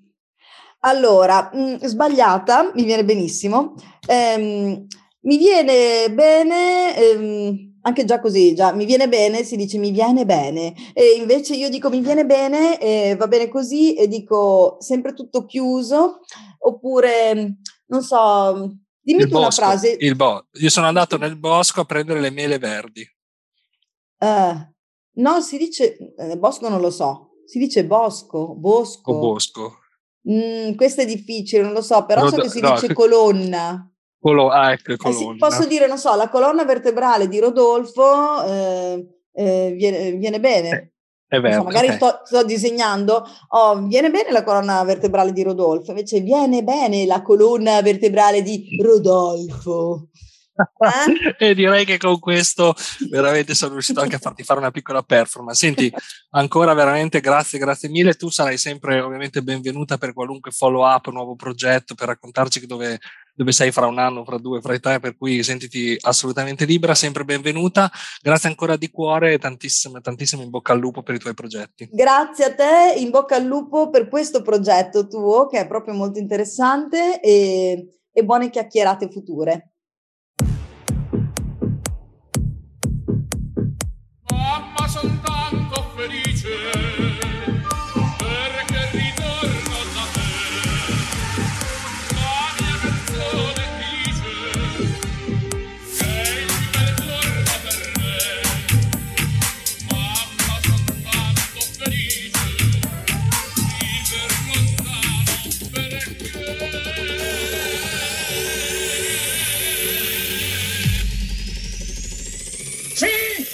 Allora, mh, sbagliata, mi viene benissimo. Ehm, Mi viene bene, ehm, anche già così, già mi viene bene, si dice mi viene bene, e invece io dico mi viene bene, eh, va bene così, e dico sempre tutto chiuso, oppure, non so, dimmi il tu una bosco, frase. Il bo- io sono andato nel bosco a prendere le mele verdi. Uh, no, si dice, nel bosco non lo so, si dice bosco, bosco. O bosco. Mm, questo è difficile, non lo so, però Rodo- so che si no, dice colonna. Colo- ah, ecco, Eh sì, posso dire, non so, la colonna vertebrale di Rodolfo eh, eh, viene, viene bene. È vero, So, magari okay. sto, sto disegnando, oh, viene bene la colonna vertebrale di Rodolfo, invece viene bene la colonna vertebrale di Rodolfo. Eh? E direi che con questo veramente sono riuscito anche a farti fare una piccola performance. Senti, ancora veramente grazie, grazie mille. Tu sarai sempre ovviamente benvenuta per qualunque follow up, nuovo progetto, per raccontarci dove, dove sei fra un anno, fra due, fra tre, per cui sentiti assolutamente libera, sempre benvenuta. Grazie ancora di cuore e tantissimo, tantissimo in bocca al lupo per i tuoi progetti. Grazie a te, in bocca al lupo per questo progetto tuo che è proprio molto interessante e, e buone chiacchierate future. Mamma, son tanto felice perché ritorno da te. La mia canzone dice che è il più bel giorno per me. Mamma, son tanto felice viver lontano perché sì.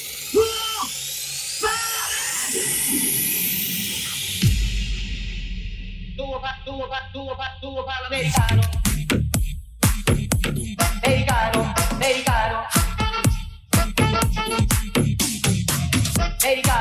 Tuo tuo tuo parla americano americano americano americano